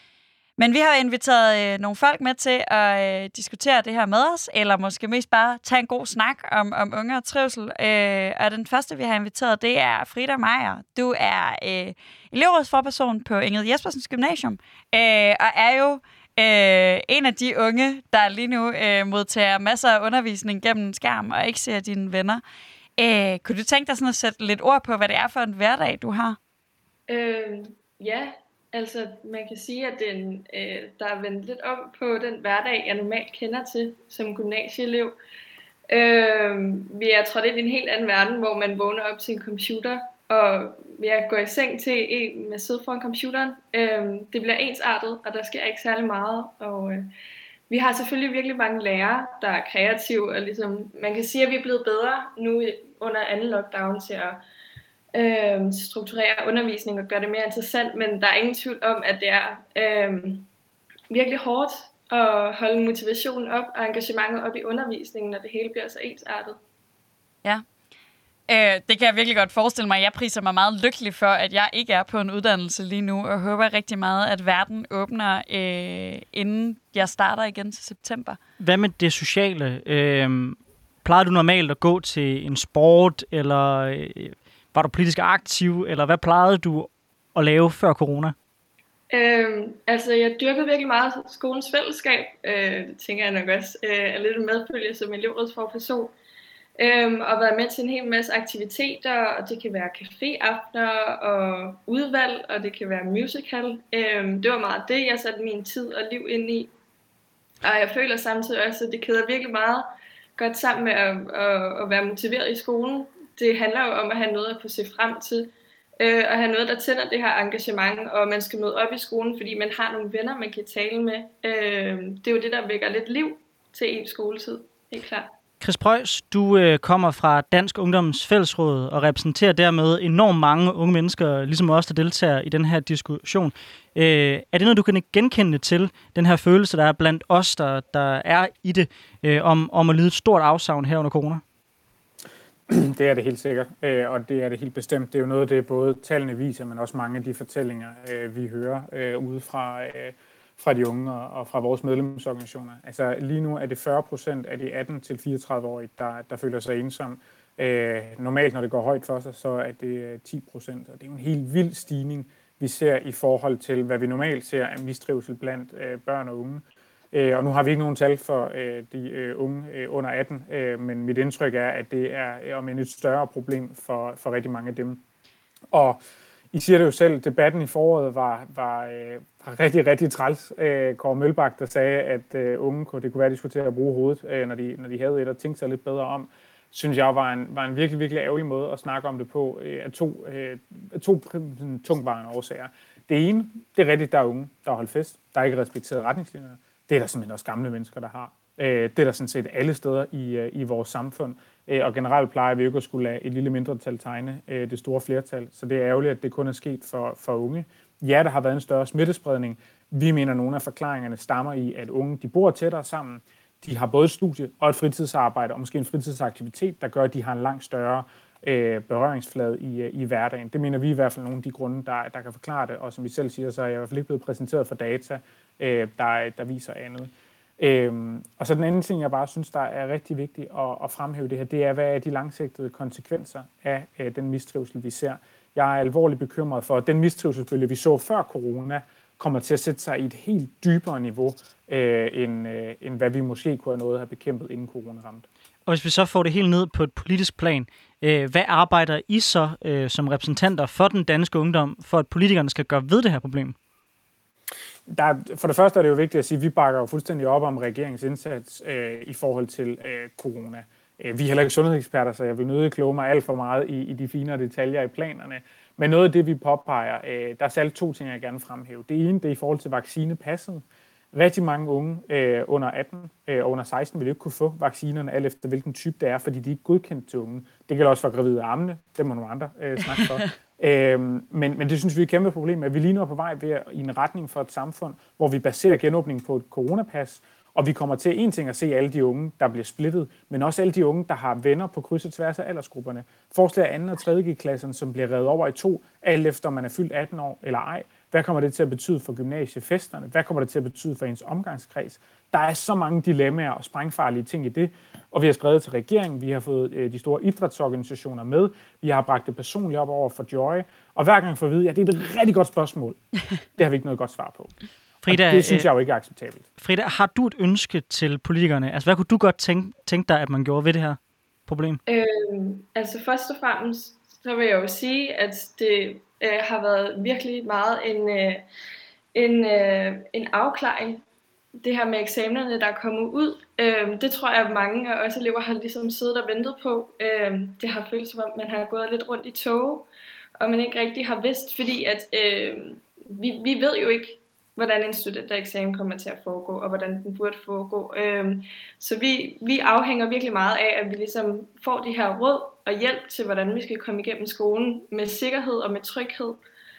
Men vi har inviteret øh, nogle folk med til at øh, diskutere det her med os, eller måske mest bare tage en god snak om, om unge og trivsel. Øh, og den første, vi har inviteret, det er Frida Meyer. Du er øh, elevrådsforperson på Ingrid Jespersens Gymnasium, øh, og er jo øh, en af de unge, der lige nu øh, modtager masser af undervisning gennem skærm og ikke ser dine venner. Øh, kunne du tænke dig sådan at sætte lidt ord på, hvad det er for en hverdag, du har? Øh, ja, altså man kan sige, at den, øh, der er vendt lidt om på den hverdag, jeg normalt kender til som gymnasieelev. Øh, vi er trådt ind i en helt anden verden, hvor man vågner op til en computer, og jeg går i seng til en med sidde foran computeren. Øh, det bliver ensartet, og der sker ikke særlig meget. Og øh, vi har selvfølgelig virkelig mange lærere, der er kreative, og ligesom, man kan sige, at vi er blevet bedre nu under anden lockdown til at øh, strukturere undervisning og gøre det mere interessant, men der er ingen tvivl om, at det er øh, virkelig hårdt at holde motivationen op og engagementet op i undervisningen, når det hele bliver så ensartet. Ja. Øh, det kan jeg virkelig godt forestille mig. Jeg priser mig meget lykkelig for, at jeg ikke er på en uddannelse lige nu, og håber rigtig meget, at verden åbner, øh, inden jeg starter igen til september. Hvad med det sociale? Øh, plejede du normalt at gå til en sport, eller øh, var du politisk aktiv, eller hvad plejede du at lave før corona? Øhm, altså, jeg dyrkede virkelig meget skolens fællesskab. Øh, det tænker jeg nok også øh, er lidt en medfølge som elevrådsforperson. Øhm, og været med til en hel masse aktiviteter, og det kan være caféaftener og udvalg, og det kan være musical. Øhm, det var meget det, jeg satte min tid og liv ind i. Og jeg føler samtidig også, at det kæder virkelig meget godt sammen med at, at, at være motiveret i skolen. Det handler jo om at have noget at kunne se frem til, øh, og have noget, der tænder det her engagement, og man skal møde op i skolen, fordi man har nogle venner, man kan tale med. Øh, det er jo det, der vækker lidt liv til ens skoletid, helt klart. Chris Preuss, du øh, kommer fra Dansk Ungdoms Fællesråd og repræsenterer dermed enormt mange unge mennesker, ligesom os, der deltager i den her diskussion. Øh, er det noget, du kan genkende til, den her følelse, der er blandt os, der, der er i det, øh, om, om at lide et stort afsavn her under corona? Det er det helt sikkert, øh, og det er det helt bestemt. Det er jo noget af det, både tallene viser, men også mange af de fortællinger, øh, vi hører øh, ude fra... Øh, fra de unge og fra vores medlemsorganisationer. Altså lige nu er det fyrre procent af de atten til fireogtredive-årige, der, der føler sig ensomme. Øh, normalt, når det går højt for sig, så er det ti procent, og det er jo en helt vild stigning, vi ser i forhold til, hvad vi normalt ser af mistrivsel blandt øh, børn og unge. Øh, og nu har vi ikke nogen tal for øh, de øh, unge øh, under atten, øh, men mit indtryk er, at det er om et større problem for, for rigtig mange af dem. Og I siger det jo selv, debatten i foråret var, var, øh, var rigtig, rigtig træls. Øh, Kåre Mølbak, der sagde, at øh, unge kunne, det kunne være, at de skulle til at bruge hovedet, øh, når, de, når de havde et og tænkte sig lidt bedre om, synes jeg var en, var en virkelig, virkelig ærgerlig måde at snakke om det på øh, af to, øh, to tungtvarende årsager. Det ene, det er rigtigt, der er unge, der har holdt fest, der er ikke respekteret retningslinjer. Det er der simpelthen også gamle mennesker, der har. Øh, det er der sådan set alle steder i, øh, i vores samfund. Og generelt plejer vi jo ikke at skulle lade et lille mindretal tegne øh, det store flertal. Så det er ærgerligt, at det kun er sket for, for unge. Ja, der har været en større smittespredning. Vi mener, at nogle af forklaringerne stammer i, at unge de bor tættere sammen. De har både et studie og et fritidsarbejde, og måske en fritidsaktivitet, der gør, at de har en langt større øh, berøringsflade i, i hverdagen. Det mener vi i hvert fald nogle af de grunde, der, der kan forklare det. Og som vi selv siger, så er jeg i hvert fald ikke blevet præsenteret for data, øh, der, der viser andet. Øhm, og så den anden ting, jeg bare synes, der er rigtig vigtigt at, at fremhæve det her, det er, hvad er de langsigtede konsekvenser af øh, den mistrivsel, vi ser. Jeg er alvorligt bekymret for, at den mistrivselsbølge, vi så før corona, kommer til at sætte sig i et helt dybere niveau, øh, end, øh, end hvad vi måske kunne have nået at have bekæmpet inden corona ramte. Og hvis vi så får det helt ned på et politisk plan, øh, hvad arbejder I så øh, som repræsentanter for den danske ungdom, for at politikerne skal gøre ved det her problem? Der, for det første er det jo vigtigt at sige, at vi bakker jo fuldstændig op om regeringens indsats øh, i forhold til øh, corona. Vi er heller ikke sundhedseksperter, så jeg vil nødig kloge mig alt for meget i, i de finere detaljer i planerne. Men noget af det, vi påpeger, øh, der er særligt to ting, jeg gerne fremhæve. Det ene, det er i forhold til vaccinepasset. Rigtig mange unge øh, under atten øh, og under seksten vil ikke kunne få vaccinerne, alt efter hvilken type det er, fordi de er ikke godkendt til unge. Det gælder også for gravide armene, det må nogle andre øh, snakke for. Øhm, men, men det synes vi er et kæmpe problem, at vi lige nu er på vej ved, i en retning for et samfund, hvor vi baserer genåbningen på et coronapas, og vi kommer til en ting at se alle de unge, der bliver splittet, men også alle de unge, der har venner på kryds og tværs af aldersgrupperne. Forslag anden og tredje G-klassen, som bliver revet over i to, alt efter man er fyldt atten år eller ej. Hvad kommer det til at betyde for gymnasiefesterne? Hvad kommer det til at betyde for ens omgangskreds? Der er så mange dilemmaer og sprængfarlige ting i det, og vi har skrevet til regeringen, vi har fået øh, de store idrætsorganisationer med, vi har bragt det personligt op over for Joy, og hver gang får vi at vide, at ja, det er et rigtig godt spørgsmål. Det har vi ikke noget godt svar på. Frida, det synes jeg jo ikke er acceptabelt. Frida, har du et ønske til politikerne? Altså, hvad kunne du godt tænke, tænke dig, at man gjorde ved det her problem? Øhm, altså først og fremmest, så vil jeg jo sige, at det øh, har været virkelig meget en, øh, en, øh, en afklaring. Det her med eksamenerne, der er kommet ud, øh, det tror jeg, at mange af os elever har ligesom siddet og ventet på. Øh, det har følt som om, man har gået lidt rundt i tog, og man ikke rigtig har vidst, fordi at øh, vi, vi ved jo ikke, hvordan en studentereksamen kommer til at foregå, og hvordan den burde foregå. Øhm, så vi, vi afhænger virkelig meget af, at vi ligesom får de her råd og hjælp til, hvordan vi skal komme igennem skolen med sikkerhed og med tryghed.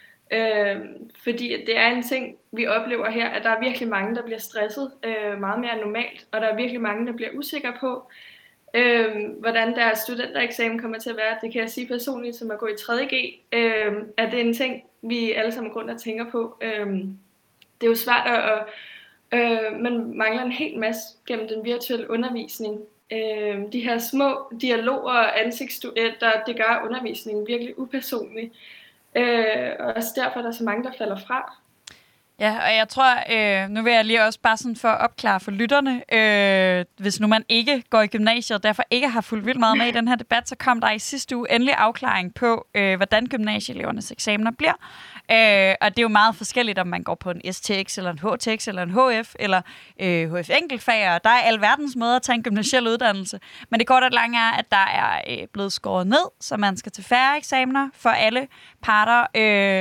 Øhm, fordi det er en ting, vi oplever her, at der er virkelig mange, der bliver stresset øh, meget mere end normalt, og der er virkelig mange, der bliver usikre på, øh, hvordan deres studentereksamen kommer til at være. Det kan jeg sige personligt, som at gå i tredje G, øh, at det er en ting, vi alle sammen grund at tænker på. Øh, Det er jo svært at, øh, man mangler en hel masse gennem den virtuelle undervisning. Øh, de her små dialoger og ansigtsduetter, det gør undervisningen virkelig upersonlig. Øh, og også derfor er der så mange, der falder fra. Ja, og jeg tror, øh, nu vil jeg lige også bare sådan for at opklare for lytterne, øh, hvis nu man ikke går i gymnasiet og derfor ikke har fulgt vildt meget med i den her debat, så kom der i sidste uge endelig afklaring på, øh, hvordan gymnasieelevernes eksamener bliver. Øh, og det er jo meget forskelligt, om man går på en S T X, eller en H T X, eller en H F, eller øh, H F enkeltfag, og der er alverdens måder at tage en gymnasiel uddannelse. Men det korte og lange er, at der er øh, blevet skåret ned, så man skal til færre eksamener for alle parter. Øh,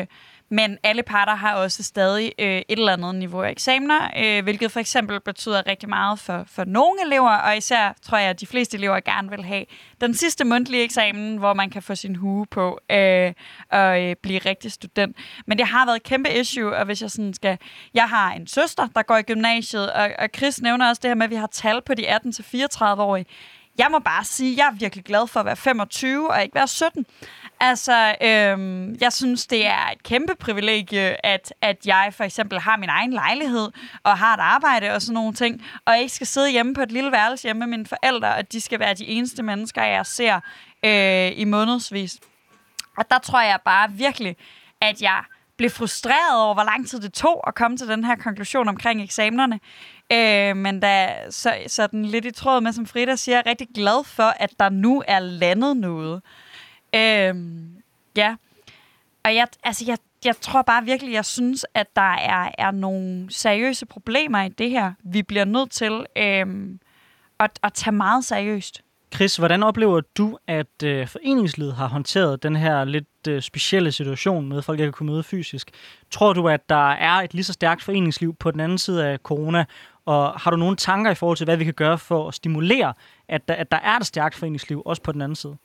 men alle parter har også stadig øh, et eller andet niveau af eksamener, øh, hvilket for eksempel betyder rigtig meget for, for nogle elever, og især tror jeg, at de fleste elever gerne vil have den sidste mundtlige eksamen, hvor man kan få sin hue på øh, og øh, blive rigtig student. Men det har været et kæmpe issue, og hvis jeg sådan skal... Jeg har en søster, der går i gymnasiet, og, og Chris nævner også det her med, at vi har tal på de atten til fireogtredive-årige. Jeg må bare sige, at jeg er virkelig glad for at være femogtyve og ikke være sytten. Altså, øhm, jeg synes, det er et kæmpe privilegie, at, at jeg for eksempel har min egen lejlighed og har et arbejde og sådan nogle ting, og ikke skal sidde hjemme på et lille værelse hjemme med mine forældre, og de skal være de eneste mennesker, jeg ser øh, i månedsvis. Og der tror jeg bare virkelig, at jeg blev frustreret over, hvor lang tid det tog at komme til den her konklusion omkring eksamenerne. Øh, men da så, sådan lidt i tråd med, som Frida siger, jeg er rigtig glad for, at der nu er landet noget. Øh, ja. Og jeg, altså jeg, jeg tror bare virkelig, jeg synes, at der er, er nogle seriøse problemer i det her. Vi bliver nødt til øh, at, at tage meget seriøst. Chris, hvordan oplever du, at øh, foreningslivet har håndteret den her lidt øh, specielle situation med, at folk ikke kan kunne møde fysisk? Tror du, at der er et lige så stærkt foreningsliv på den anden side af corona? Og har du nogle tanker i forhold til, hvad vi kan gøre for at stimulere, at der, at der er et stærkt foreningsliv, også på den anden side?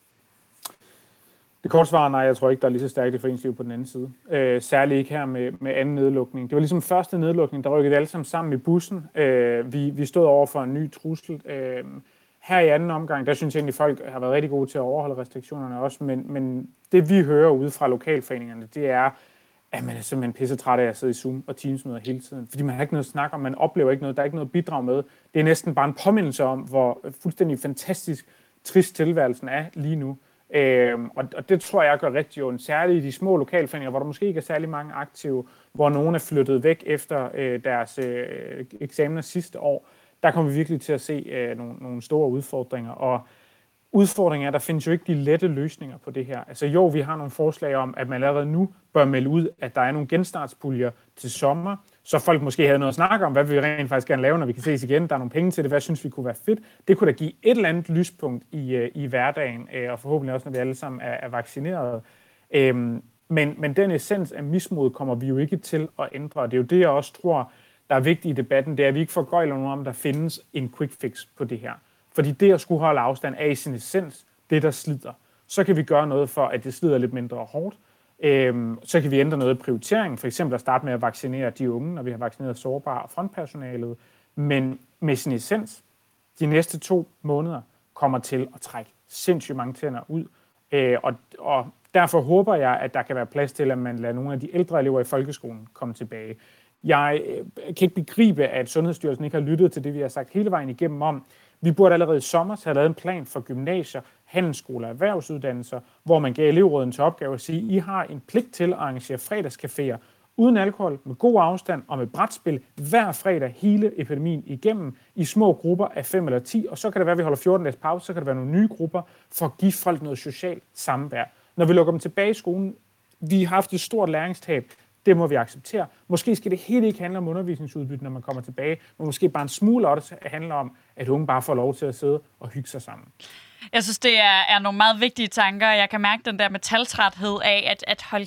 Det korte svar er nej, jeg tror ikke, der er lige så stærkt et foreningsliv på den anden side. Øh, særligt ikke her med, med anden nedlukning. Det var ligesom første nedlukning, der rykkede alle sammen sammen i bussen. Øh, vi, vi stod over for en ny trussel. Øh, Her i anden omgang, der synes jeg egentlig, at folk har været rigtig gode til at overholde restriktionerne også, men, men det vi hører ude fra lokalforeningerne, det er, at man er simpelthen pissetræt af at sidde i Zoom og Teams-møder hele tiden, fordi man har ikke noget at snakke om, man oplever ikke noget, der er ikke noget at bidrage med. Det er næsten bare en påmindelse om, hvor fuldstændig fantastisk trist tilværelsen er lige nu. Øhm, og, og det tror jeg gør rigtig ondt, særligt i de små lokalforeninger, hvor der måske ikke er særlig mange aktive, hvor nogen er flyttet væk efter øh, deres øh, eksamener sidste år. Der kommer vi virkelig til at se øh, nogle, nogle store udfordringer, og udfordringen er, at der findes jo ikke de lette løsninger på det her. Altså jo, vi har nogle forslag om, at man allerede nu bør melde ud, at der er nogle genstartspuljer til sommer, så folk måske havde noget at snakke om, hvad vi rent faktisk gerne lave, når vi kan ses igen. Der er nogle penge til det, hvad synes vi kunne være fedt. Det kunne da give et eller andet lyspunkt i, i hverdagen, og forhåbentlig også, når vi alle sammen er, er vaccineret. Øhm, men, men den essens af mismod kommer vi jo ikke til at ændre, og det er jo det, jeg også tror, der er vigtigt i debatten, det er, at vi ikke får gøjler nogen om, der findes en quick fix på det her. Fordi det at skulle holde afstand er i sin essens det, der slider. Så kan vi gøre noget for, at det slider lidt mindre hårdt. Øhm, så kan vi ændre noget i prioritering, for eksempel at starte med at vaccinere de unge, når vi har vaccineret sårbare og frontpersonalet. Men med sin essens, de næste to måneder kommer til at trække sindssygt mange tænder ud. Øh, og, og derfor håber jeg, at der kan være plads til, at man lader nogle af de ældre elever i folkeskolen komme tilbage. Jeg kan ikke begribe, at Sundhedsstyrelsen ikke har lyttet til det, vi har sagt hele vejen igennem om. Vi burde allerede i sommer have lavet en plan for gymnasier, handelsskoler og erhvervsuddannelser, hvor man gav elevråden til opgave at sige, at I har en pligt til at arrangere fredagscaféer uden alkohol, med god afstand og med brætspil hver fredag hele epidemien igennem i små grupper af fem eller ti, og så kan det være, at vi holder fjorten dages pause, så kan der være nogle nye grupper for at give folk noget socialt samvær. Når vi lukker dem tilbage i skolen, vi har haft et stort læringstab. Det må vi acceptere. Måske skal det helt ikke handle om undervisningsudbytte, når man kommer tilbage, men måske bare en smule af det handler om, at unge bare får lov til at sidde og hygge sig sammen. Jeg synes, det er, er nogle meget vigtige tanker. Jeg kan mærke den der metaltræthed af, at, at hold,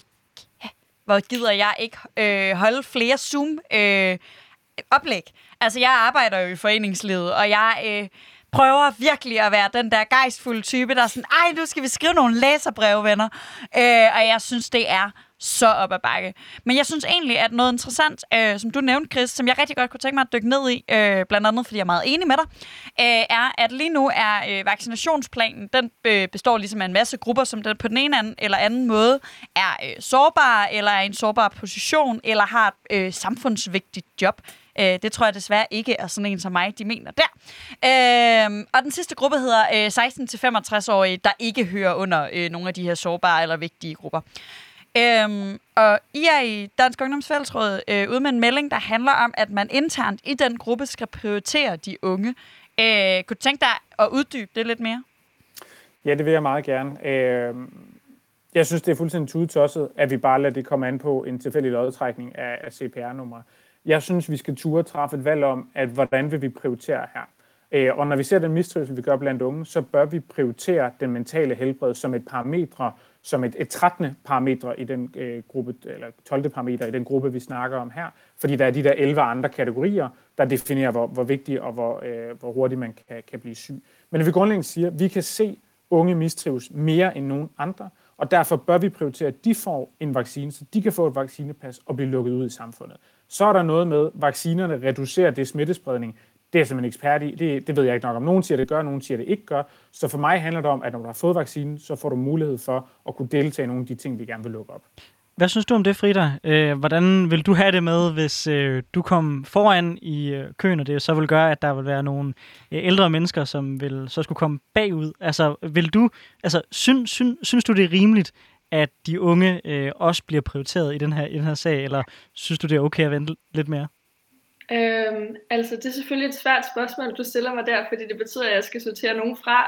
hvor gider jeg ikke øh, holde flere Zoom-oplæg. Øh, altså, jeg arbejder jo i foreningslivet, og jeg... Øh, prøver virkelig at være den der gejstfulde type, der er sådan, ej, nu skal vi skrive nogle læserbreve, venner. Øh, og jeg synes, det er så op ad bakke. Men jeg synes egentlig, at noget interessant, øh, som du nævnte, Chris, som jeg rigtig godt kunne tænke mig at dykke ned i, øh, blandt andet, fordi jeg er meget enig med dig, øh, er, at lige nu er øh, vaccinationsplanen, den øh, består ligesom af en masse grupper, som den på den ene anden, eller anden måde er øh, sårbare, eller er i en sårbar position, eller har et øh, samfundsvigtigt job. Øh, det tror jeg desværre ikke er sådan en som mig, de mener der. Øh, og den sidste gruppe hedder øh, seksten til femogtres-årige, der ikke hører under øh, nogle af de her sårbare eller vigtige grupper. Øhm, og I er i Dansk Ungdoms Fællesråd øh, ude med en melding, der handler om, at man internt i den gruppe skal prioritere de unge. Øh, kunne du tænke dig at uddybe det lidt mere? Ja, det vil jeg meget gerne. Øh, jeg synes, det er fuldstændig tudetosset, at vi bare lader det komme an på en tilfældig lodtrækning af, af C P R-numre. Jeg synes, vi skal ture træffe et valg om, at hvordan vil vi prioritere her. Øh, og når vi ser den mistrivsel, vi gør blandt unge, så bør vi prioritere den mentale helbred som et parametre, som et, et trettende parametre i den øh, gruppe, eller tolvte parameter i den gruppe, vi snakker om her. Fordi der er de der elleve andre kategorier, der definerer, hvor, hvor vigtigt og hvor, øh, hvor hurtigt man kan, kan blive syg. Men når vi grundlæggende siger, at vi kan se unge mistrives mere end nogen andre, og derfor bør vi prioritere, at de får en vaccine, så de kan få et vaccinepas og blive lukket ud i samfundet. Så er der noget med, at vaccinerne reducerer det smittespredning. Det er jeg simpelthen ekspert i. Det, det ved jeg ikke nok om. Nogen siger, det gør, nogen siger, det ikke gør. Så for mig handler det om, at når du har fået vaccinen, så får du mulighed for at kunne deltage i nogle af de ting, vi gerne vil lukke op. Hvad synes du om det, Frida? Øh, hvordan vil du have det med, hvis øh, du kom foran i øh, køen, og det så vil gøre, at der vil være nogle øh, ældre mennesker, som vil så skulle komme bagud? Altså, vil du, altså, synes, synes, synes du, det er rimeligt, at de unge øh, også bliver prioriteret i den her, i den her sag, eller synes du, det er okay at vente lidt mere? Øhm, altså, det er selvfølgelig et svært spørgsmål, du stiller mig der, fordi det betyder, at jeg skal sortere nogen fra.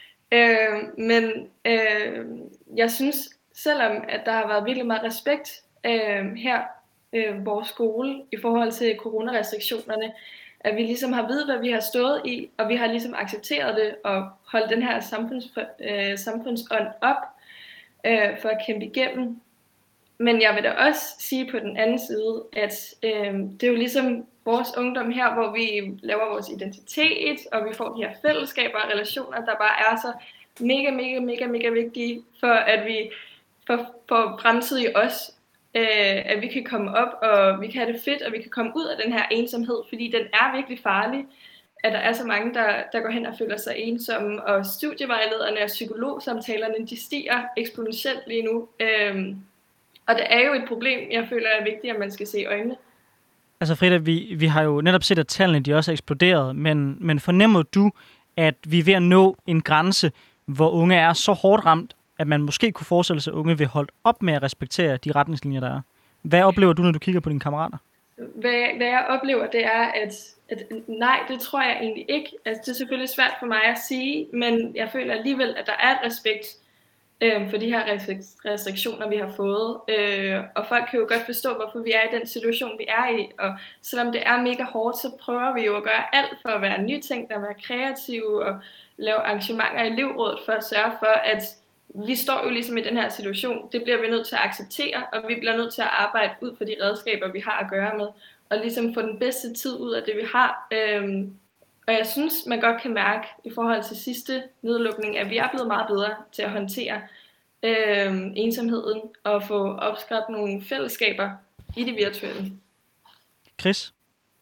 Øhm, men øh, jeg synes, selvom at der har været virkelig meget respekt øh, her øh, vores skole i forhold til coronarestriktionerne, at vi ligesom har videt, hvad vi har stået i, og vi har ligesom accepteret det og holdt den her samfunds, øh, samfundsånd op øh, for at kæmpe igennem. Men jeg vil da også sige på den anden side, at øh, det er jo ligesom vores ungdom her, hvor vi laver vores identitet, og vi får de her fællesskaber og relationer, der bare er så mega, mega, mega, mega vigtige for, at vi for, for fremtidige os, øh, at vi kan komme op, og vi kan have det fedt, og vi kan komme ud af den her ensomhed, fordi den er virkelig farlig, at der er så mange, der, der går hen og føler sig ensomme, og studievejlederne og psykologsamtalerne, de stiger eksponentielt lige nu. Øh, og det er jo et problem, jeg føler er vigtigt, at man skal se i øjnene. Altså Frida, vi, vi har jo netop set, at tallene de også er eksploderet, men, men fornemmer du, at vi er ved at nå en grænse, hvor unge er så hårdt ramt, at man måske kunne forestille sig, at unge vil holde op med at respektere de retningslinjer, der er? Hvad oplever du, når du kigger på dine kammerater? Hvad, hvad jeg oplever, det er, at, at nej, det tror jeg egentlig ikke. Altså, det er selvfølgelig svært for mig at sige, men jeg føler alligevel, at der er et respekt øh, for de her restriktioner, vi har fået. Øh, og folk kan jo godt forstå, hvorfor vi er i den situation, vi er i. Og selvom det er mega hårdt, så prøver vi jo at gøre alt for at være nytænkende, at være kreative og lave arrangementer i elevrådet for at sørge for, at vi står jo ligesom i den her situation. Det bliver vi nødt til at acceptere, og vi bliver nødt til at arbejde ud for de redskaber, vi har at gøre med, og ligesom få den bedste tid ud af det, vi har. Øhm, og jeg synes, man godt kan mærke i forhold til sidste nedlukning, at vi er blevet meget bedre til at håndtere øhm, ensomheden og få opskabt nogle fællesskaber i det virtuelle. Chris?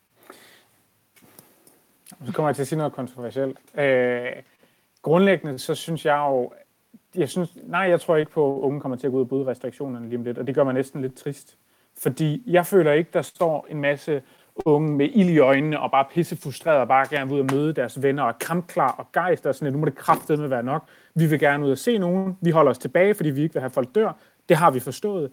Så kommer jeg til at sige noget kontroversielt. Øh, grundlæggende så synes jeg jo, Jeg synes, nej, jeg tror ikke på, at unge kommer til at gå ud og bryde restriktionerne lige om lidt, og det gør mig næsten lidt trist. Fordi jeg føler ikke, der står en masse unge med ild i øjnene og bare pissefrustrerede og bare gerne vil ud og møde deres venner og kampklar og gejst og sådan, at nu må det kraftedeme være nok. Vi vil gerne ud og se nogen. Vi holder os tilbage, fordi vi ikke vil have folk dør. Det har vi forstået.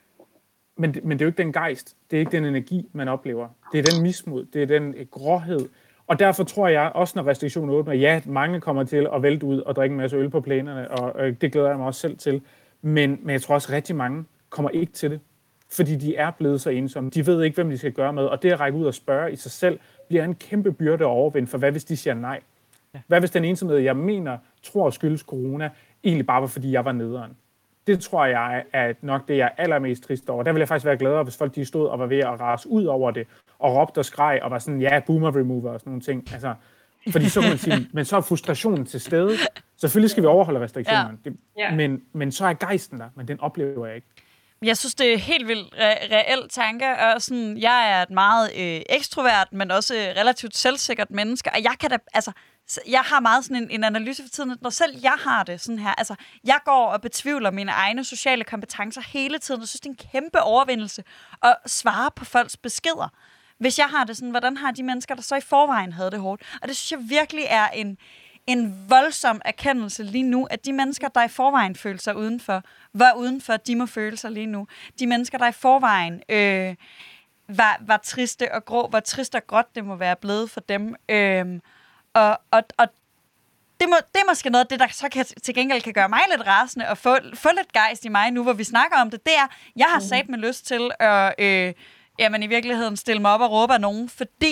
Men, men det er jo ikke den gejst. Det er ikke den energi, man oplever. Det er den mismod. Det er den gråhed. Og derfor tror jeg, også når restriktionen åbner, ja, mange kommer til at vælte ud og drikke en masse øl på plænerne, og øh, det glæder jeg mig også selv til. Men, men jeg tror også, rigtig mange kommer ikke til det, fordi de er blevet så ensomme. De ved ikke, hvem de skal gøre med, og det at række ud og spørge i sig selv, bliver en kæmpe byrde at overvinde, for hvad hvis de siger nej? Hvad hvis den ensomhed, jeg mener, tror skyldes corona, egentlig bare var, fordi jeg var nederen? Det tror jeg er nok det, jeg er allermest trist over. Der vil jeg faktisk være gladere, hvis folk de stod og var ved at rase ud over det, og råbte og skreg, og var sådan, ja, boomer remover og sådan nogle ting. Altså, fordi så kan man sige, men så er frustrationen til stede. Selvfølgelig skal vi overholde restriktionerne, ja. Det, Ja. men, men så er gejsten der, men den oplever jeg ikke. Jeg synes, det er helt vildt re- reelt tanke, og sådan, jeg er et meget øh, ekstrovert, men også øh, relativt selvsikkert menneske, og jeg kan da, altså, jeg har meget sådan en, en analyse for tiden, når selv jeg har det sådan her, altså, jeg går og betvivler mine egne sociale kompetencer hele tiden, og synes, det er en kæmpe overvindelse at svare på folks beskeder. Hvis jeg har det sådan, hvordan har de mennesker, der så i forvejen havde det hårdt? Og det synes jeg virkelig er en, en voldsom erkendelse lige nu, at de mennesker, der i forvejen føler sig udenfor, var udenfor, de må føle sig lige nu. De mennesker, der i forvejen øh, var, var triste og grå, var trist og gråt, det må være blevet for dem. Øh, og og, og det, må, det er måske noget af det, der så kan, til gengæld kan gøre mig lidt rasende og få, få lidt gejst i mig nu, hvor vi snakker om det. Det er, jeg har sat med lyst til at øh, jamen, i virkeligheden stille mig op og råbe af nogen, fordi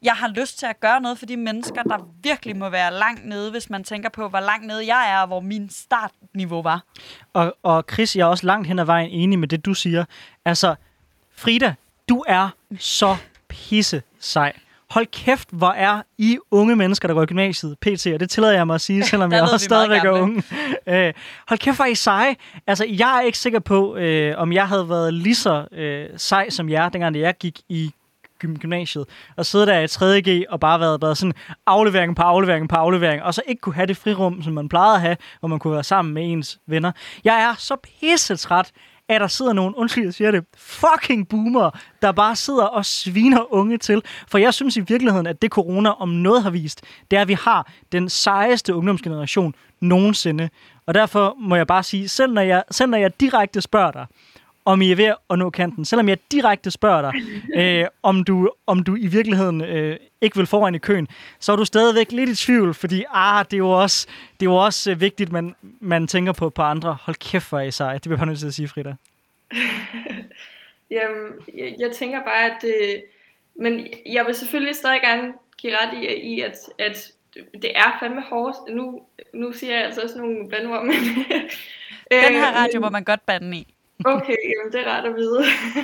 jeg har lyst til at gøre noget for de mennesker, der virkelig må være langt nede, hvis man tænker på, hvor langt nede jeg er, og hvor min startniveau var. Og, og Chris, jeg er også langt hen ad vejen enig med det, du siger. Altså, Frida, du er så pisse sej. Hold kæft, hvor er I unge mennesker, der går i gymnasiet, P T, og det tillader jeg mig at sige, selvom jeg også stadigvæk er unge. Øh, hold kæft, hvor er I seje. Altså, jeg er ikke sikker på, øh, om jeg havde været lige så øh, sej som jer, dengang jeg gik i gymnasiet, og sidde der i tredje G og bare været, været sådan aflevering på aflevering på aflevering, og så ikke kunne have det frirum, som man plejede at have, hvor man kunne være sammen med ens venner. Jeg er så pissetræt, at der sidder nogen, undskyld, jeg siger det, fucking boomer, der bare sidder og sviner unge til. For jeg synes i virkeligheden, at det corona om noget har vist, det er, at vi har den sejeste ungdomsgeneration nogensinde. Og derfor må jeg bare sige, selv når jeg, selv når jeg direkte spørger dig, om I er ved at nå kanten, selvom jeg direkte spørger dig, øh, om, du, om du i virkeligheden øh, ikke vil foran i køen, så er du stadigvæk lidt i tvivl, fordi ah, det er jo også, det er jo også øh, vigtigt, at man, man tænker på, på andre. Hold kæft, hvor er I sej. Det bliver jeg bare nødt til at sige, Frida. Jamen, jeg, jeg tænker bare, at det, men jeg vil selvfølgelig stadig gerne give ret i, i at, at det er fandme hårdt. Nu, nu siger jeg altså også nogle bandord, men... Den her radio må man godt bande i. Okay, jamen det er rart at vide.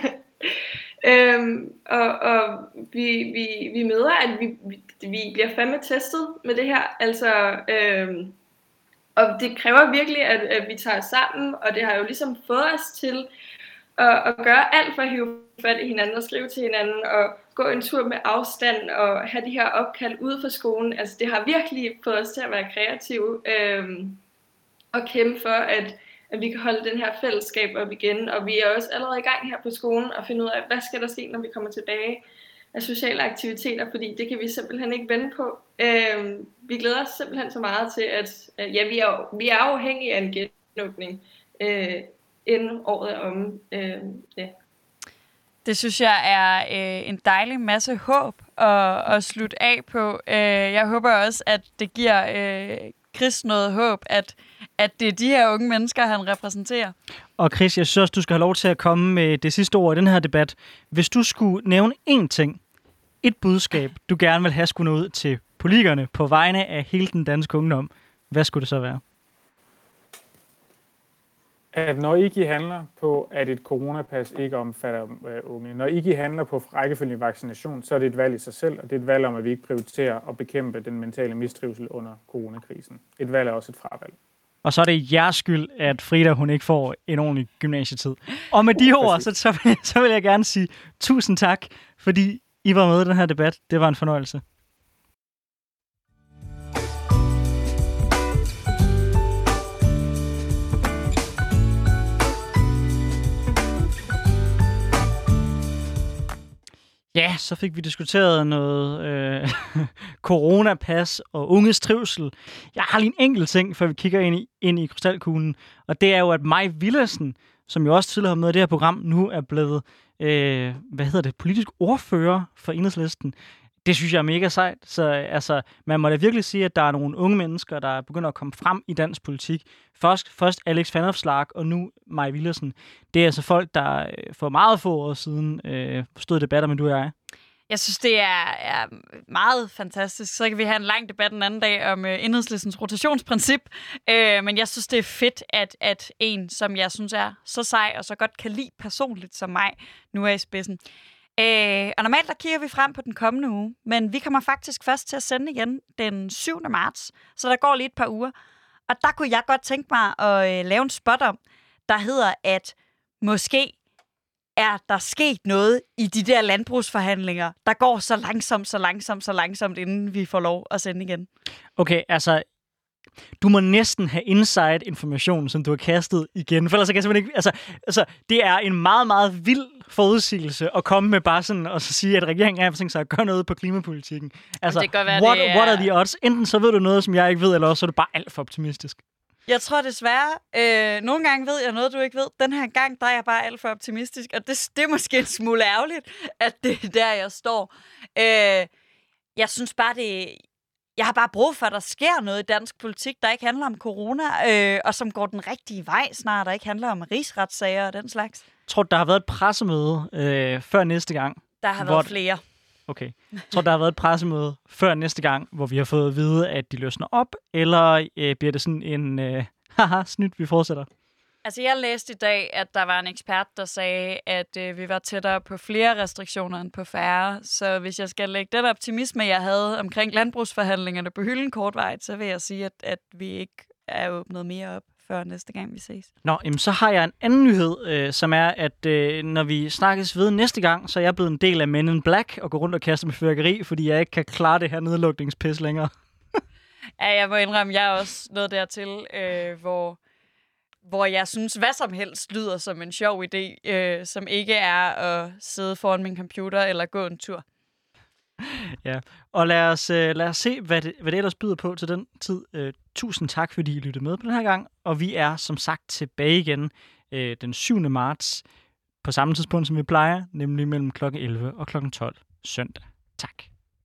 øhm, og og vi, vi, vi møder, at vi, vi, vi bliver fandme testet med det her. Altså, øhm, og det kræver virkelig, at, at vi tager sammen, og det har jo ligesom fået os til at, at gøre alt for at hive fat i hinanden og skrive til hinanden, og gå en tur med afstand, og have de her opkald ude fra skolen. Altså, det har virkelig fået os til at være kreative, øhm, og kæmpe for, at at vi kan holde den her fællesskab op igen, og vi er også allerede i gang her på skolen og finde ud af, hvad skal der ske, når vi kommer tilbage af sociale aktiviteter, fordi det kan vi simpelthen ikke vente på. Øh, vi glæder os simpelthen så meget til, at, at ja, vi er, vi er afhængige af en genåbning, øh, inden året er omme. Øh, ja. Det synes jeg er øh, en dejlig masse håb at, at slutte af på. Øh, jeg håber også, at det giver øh, Chris noget håb, at at det er de her unge mennesker, han repræsenterer. Og Chris, jeg synes også, du skal have lov til at komme med det sidste ord i den her debat. Hvis du skulle nævne én ting, et budskab, du gerne vil have skulle nå ud til politikerne på vegne af hele den danske ungdom, hvad skulle det så være? At når ikke I handler på, at et coronapas ikke omfatter øh, unge, når ikke I handler på rækkefølgen vaccination, så er det et valg i sig selv, og det er et valg om, at vi ikke prioriterer at bekæmpe den mentale mistrivsel under coronakrisen. Et valg er også et fravalg. Og så er det jeres skyld, at Frida hun ikke får en ordentlig gymnasietid. Og med de ord, så, så, vil, så vil jeg gerne sige tusind tak, fordi I var med i den her debat. Det var en fornøjelse. Ja, så fik vi diskuteret noget øh, coronapas og unges trivsel. Jeg har lige en enkelt ting, før vi kigger ind i, ind i krystalkuglen. Og det er jo, at Mai Villadsen, som jo også tidligere har med i det her program, nu er blevet, øh, hvad hedder det, politisk ordfører for Enhedslisten. Det synes jeg er mega sejt. Så altså, man må da virkelig sige, at der er nogle unge mennesker, der begynder at komme frem i dansk politik. Først, først Alex Vanopslagh, og nu Mai Villadsen. Det er altså folk, der for meget få år siden øh, stod i debatter med du og jeg. Jeg synes, det er, er meget fantastisk. Så kan vi have en lang debat en anden dag om øh, Enhedslistens rotationsprincip. Øh, men jeg synes, det er fedt, at, at en, som jeg synes er så sej og så godt kan lide personligt som mig, nu er i spidsen. Øh, og normalt der kigger vi frem på den kommende uge, men vi kommer faktisk først til at sende igen den syvende marts, så der går lige et par uger. Og der kunne jeg godt tænke mig at øh, lave en spot om, der hedder, at måske er der sket noget i de der landbrugsforhandlinger, der går så langsomt, så langsomt, så langsomt, inden vi får lov at sende igen. Okay, altså, du må næsten have inside-information, som du har kastet igen, for ellers kan jeg simpelthen ikke... Altså, altså, det er en meget, meget vild forudsigelse at komme med bare sådan og så sige, at regeringen er tænkt sig at gøre noget på klimapolitikken. Altså, det kan være, what, det er... what are the odds? Enten så ved du noget, som jeg ikke ved, eller også så er du bare alt for optimistisk. Jeg tror desværre, øh, nogle gange ved jeg noget, du ikke ved. Den her gang, der er jeg bare alt for optimistisk, og det, det er måske en smule ærgerligt, at det er der, jeg står. Øh, jeg synes bare, det... Jeg har bare brug for, at der sker noget i dansk politik, der ikke handler om corona, øh, og som går den rigtige vej snart, der ikke handler om rigsretssager og den slags. Jeg tror, der har været et pressemøde øh, før næste gang. Der har hvor, været flere. Okay. Jeg tror, der har været et pressemøde før næste gang, hvor vi har fået at vide, at de løsner op, eller øh, bliver det sådan en, øh, haha, snydt, vi fortsætter? Altså, jeg læste i dag, at der var en ekspert, der sagde, at øh, vi var tættere på flere restriktioner end på færre. Så hvis jeg skal lægge den optimisme, jeg havde omkring landbrugsforhandlingerne på hylden kortvejt, så vil jeg sige, at, at vi ikke er åbnet mere op før næste gang, vi ses. Nå, jamen, så har jeg en anden nyhed, øh, som er, at øh, når vi snakkes ved næste gang, så er jeg blevet en del af Men in Black og går rundt og kaster med fyrværkeri, fordi jeg ikke kan klare det her nedlukningspis længere. Ja, jeg må indrømme, jeg er også nået dertil, øh, hvor... hvor jeg synes, hvad som helst lyder som en sjov idé, øh, som ikke er at sidde foran min computer eller gå en tur. Ja, og lad os, øh, lad os se, hvad det, hvad det ellers byder på til den tid. Øh, tusind tak, fordi I lyttede med på den her gang, og vi er som sagt tilbage igen øh, den syvende marts på samme tidspunkt, som vi plejer, nemlig mellem klokken elleve og klokken tolv søndag. Tak.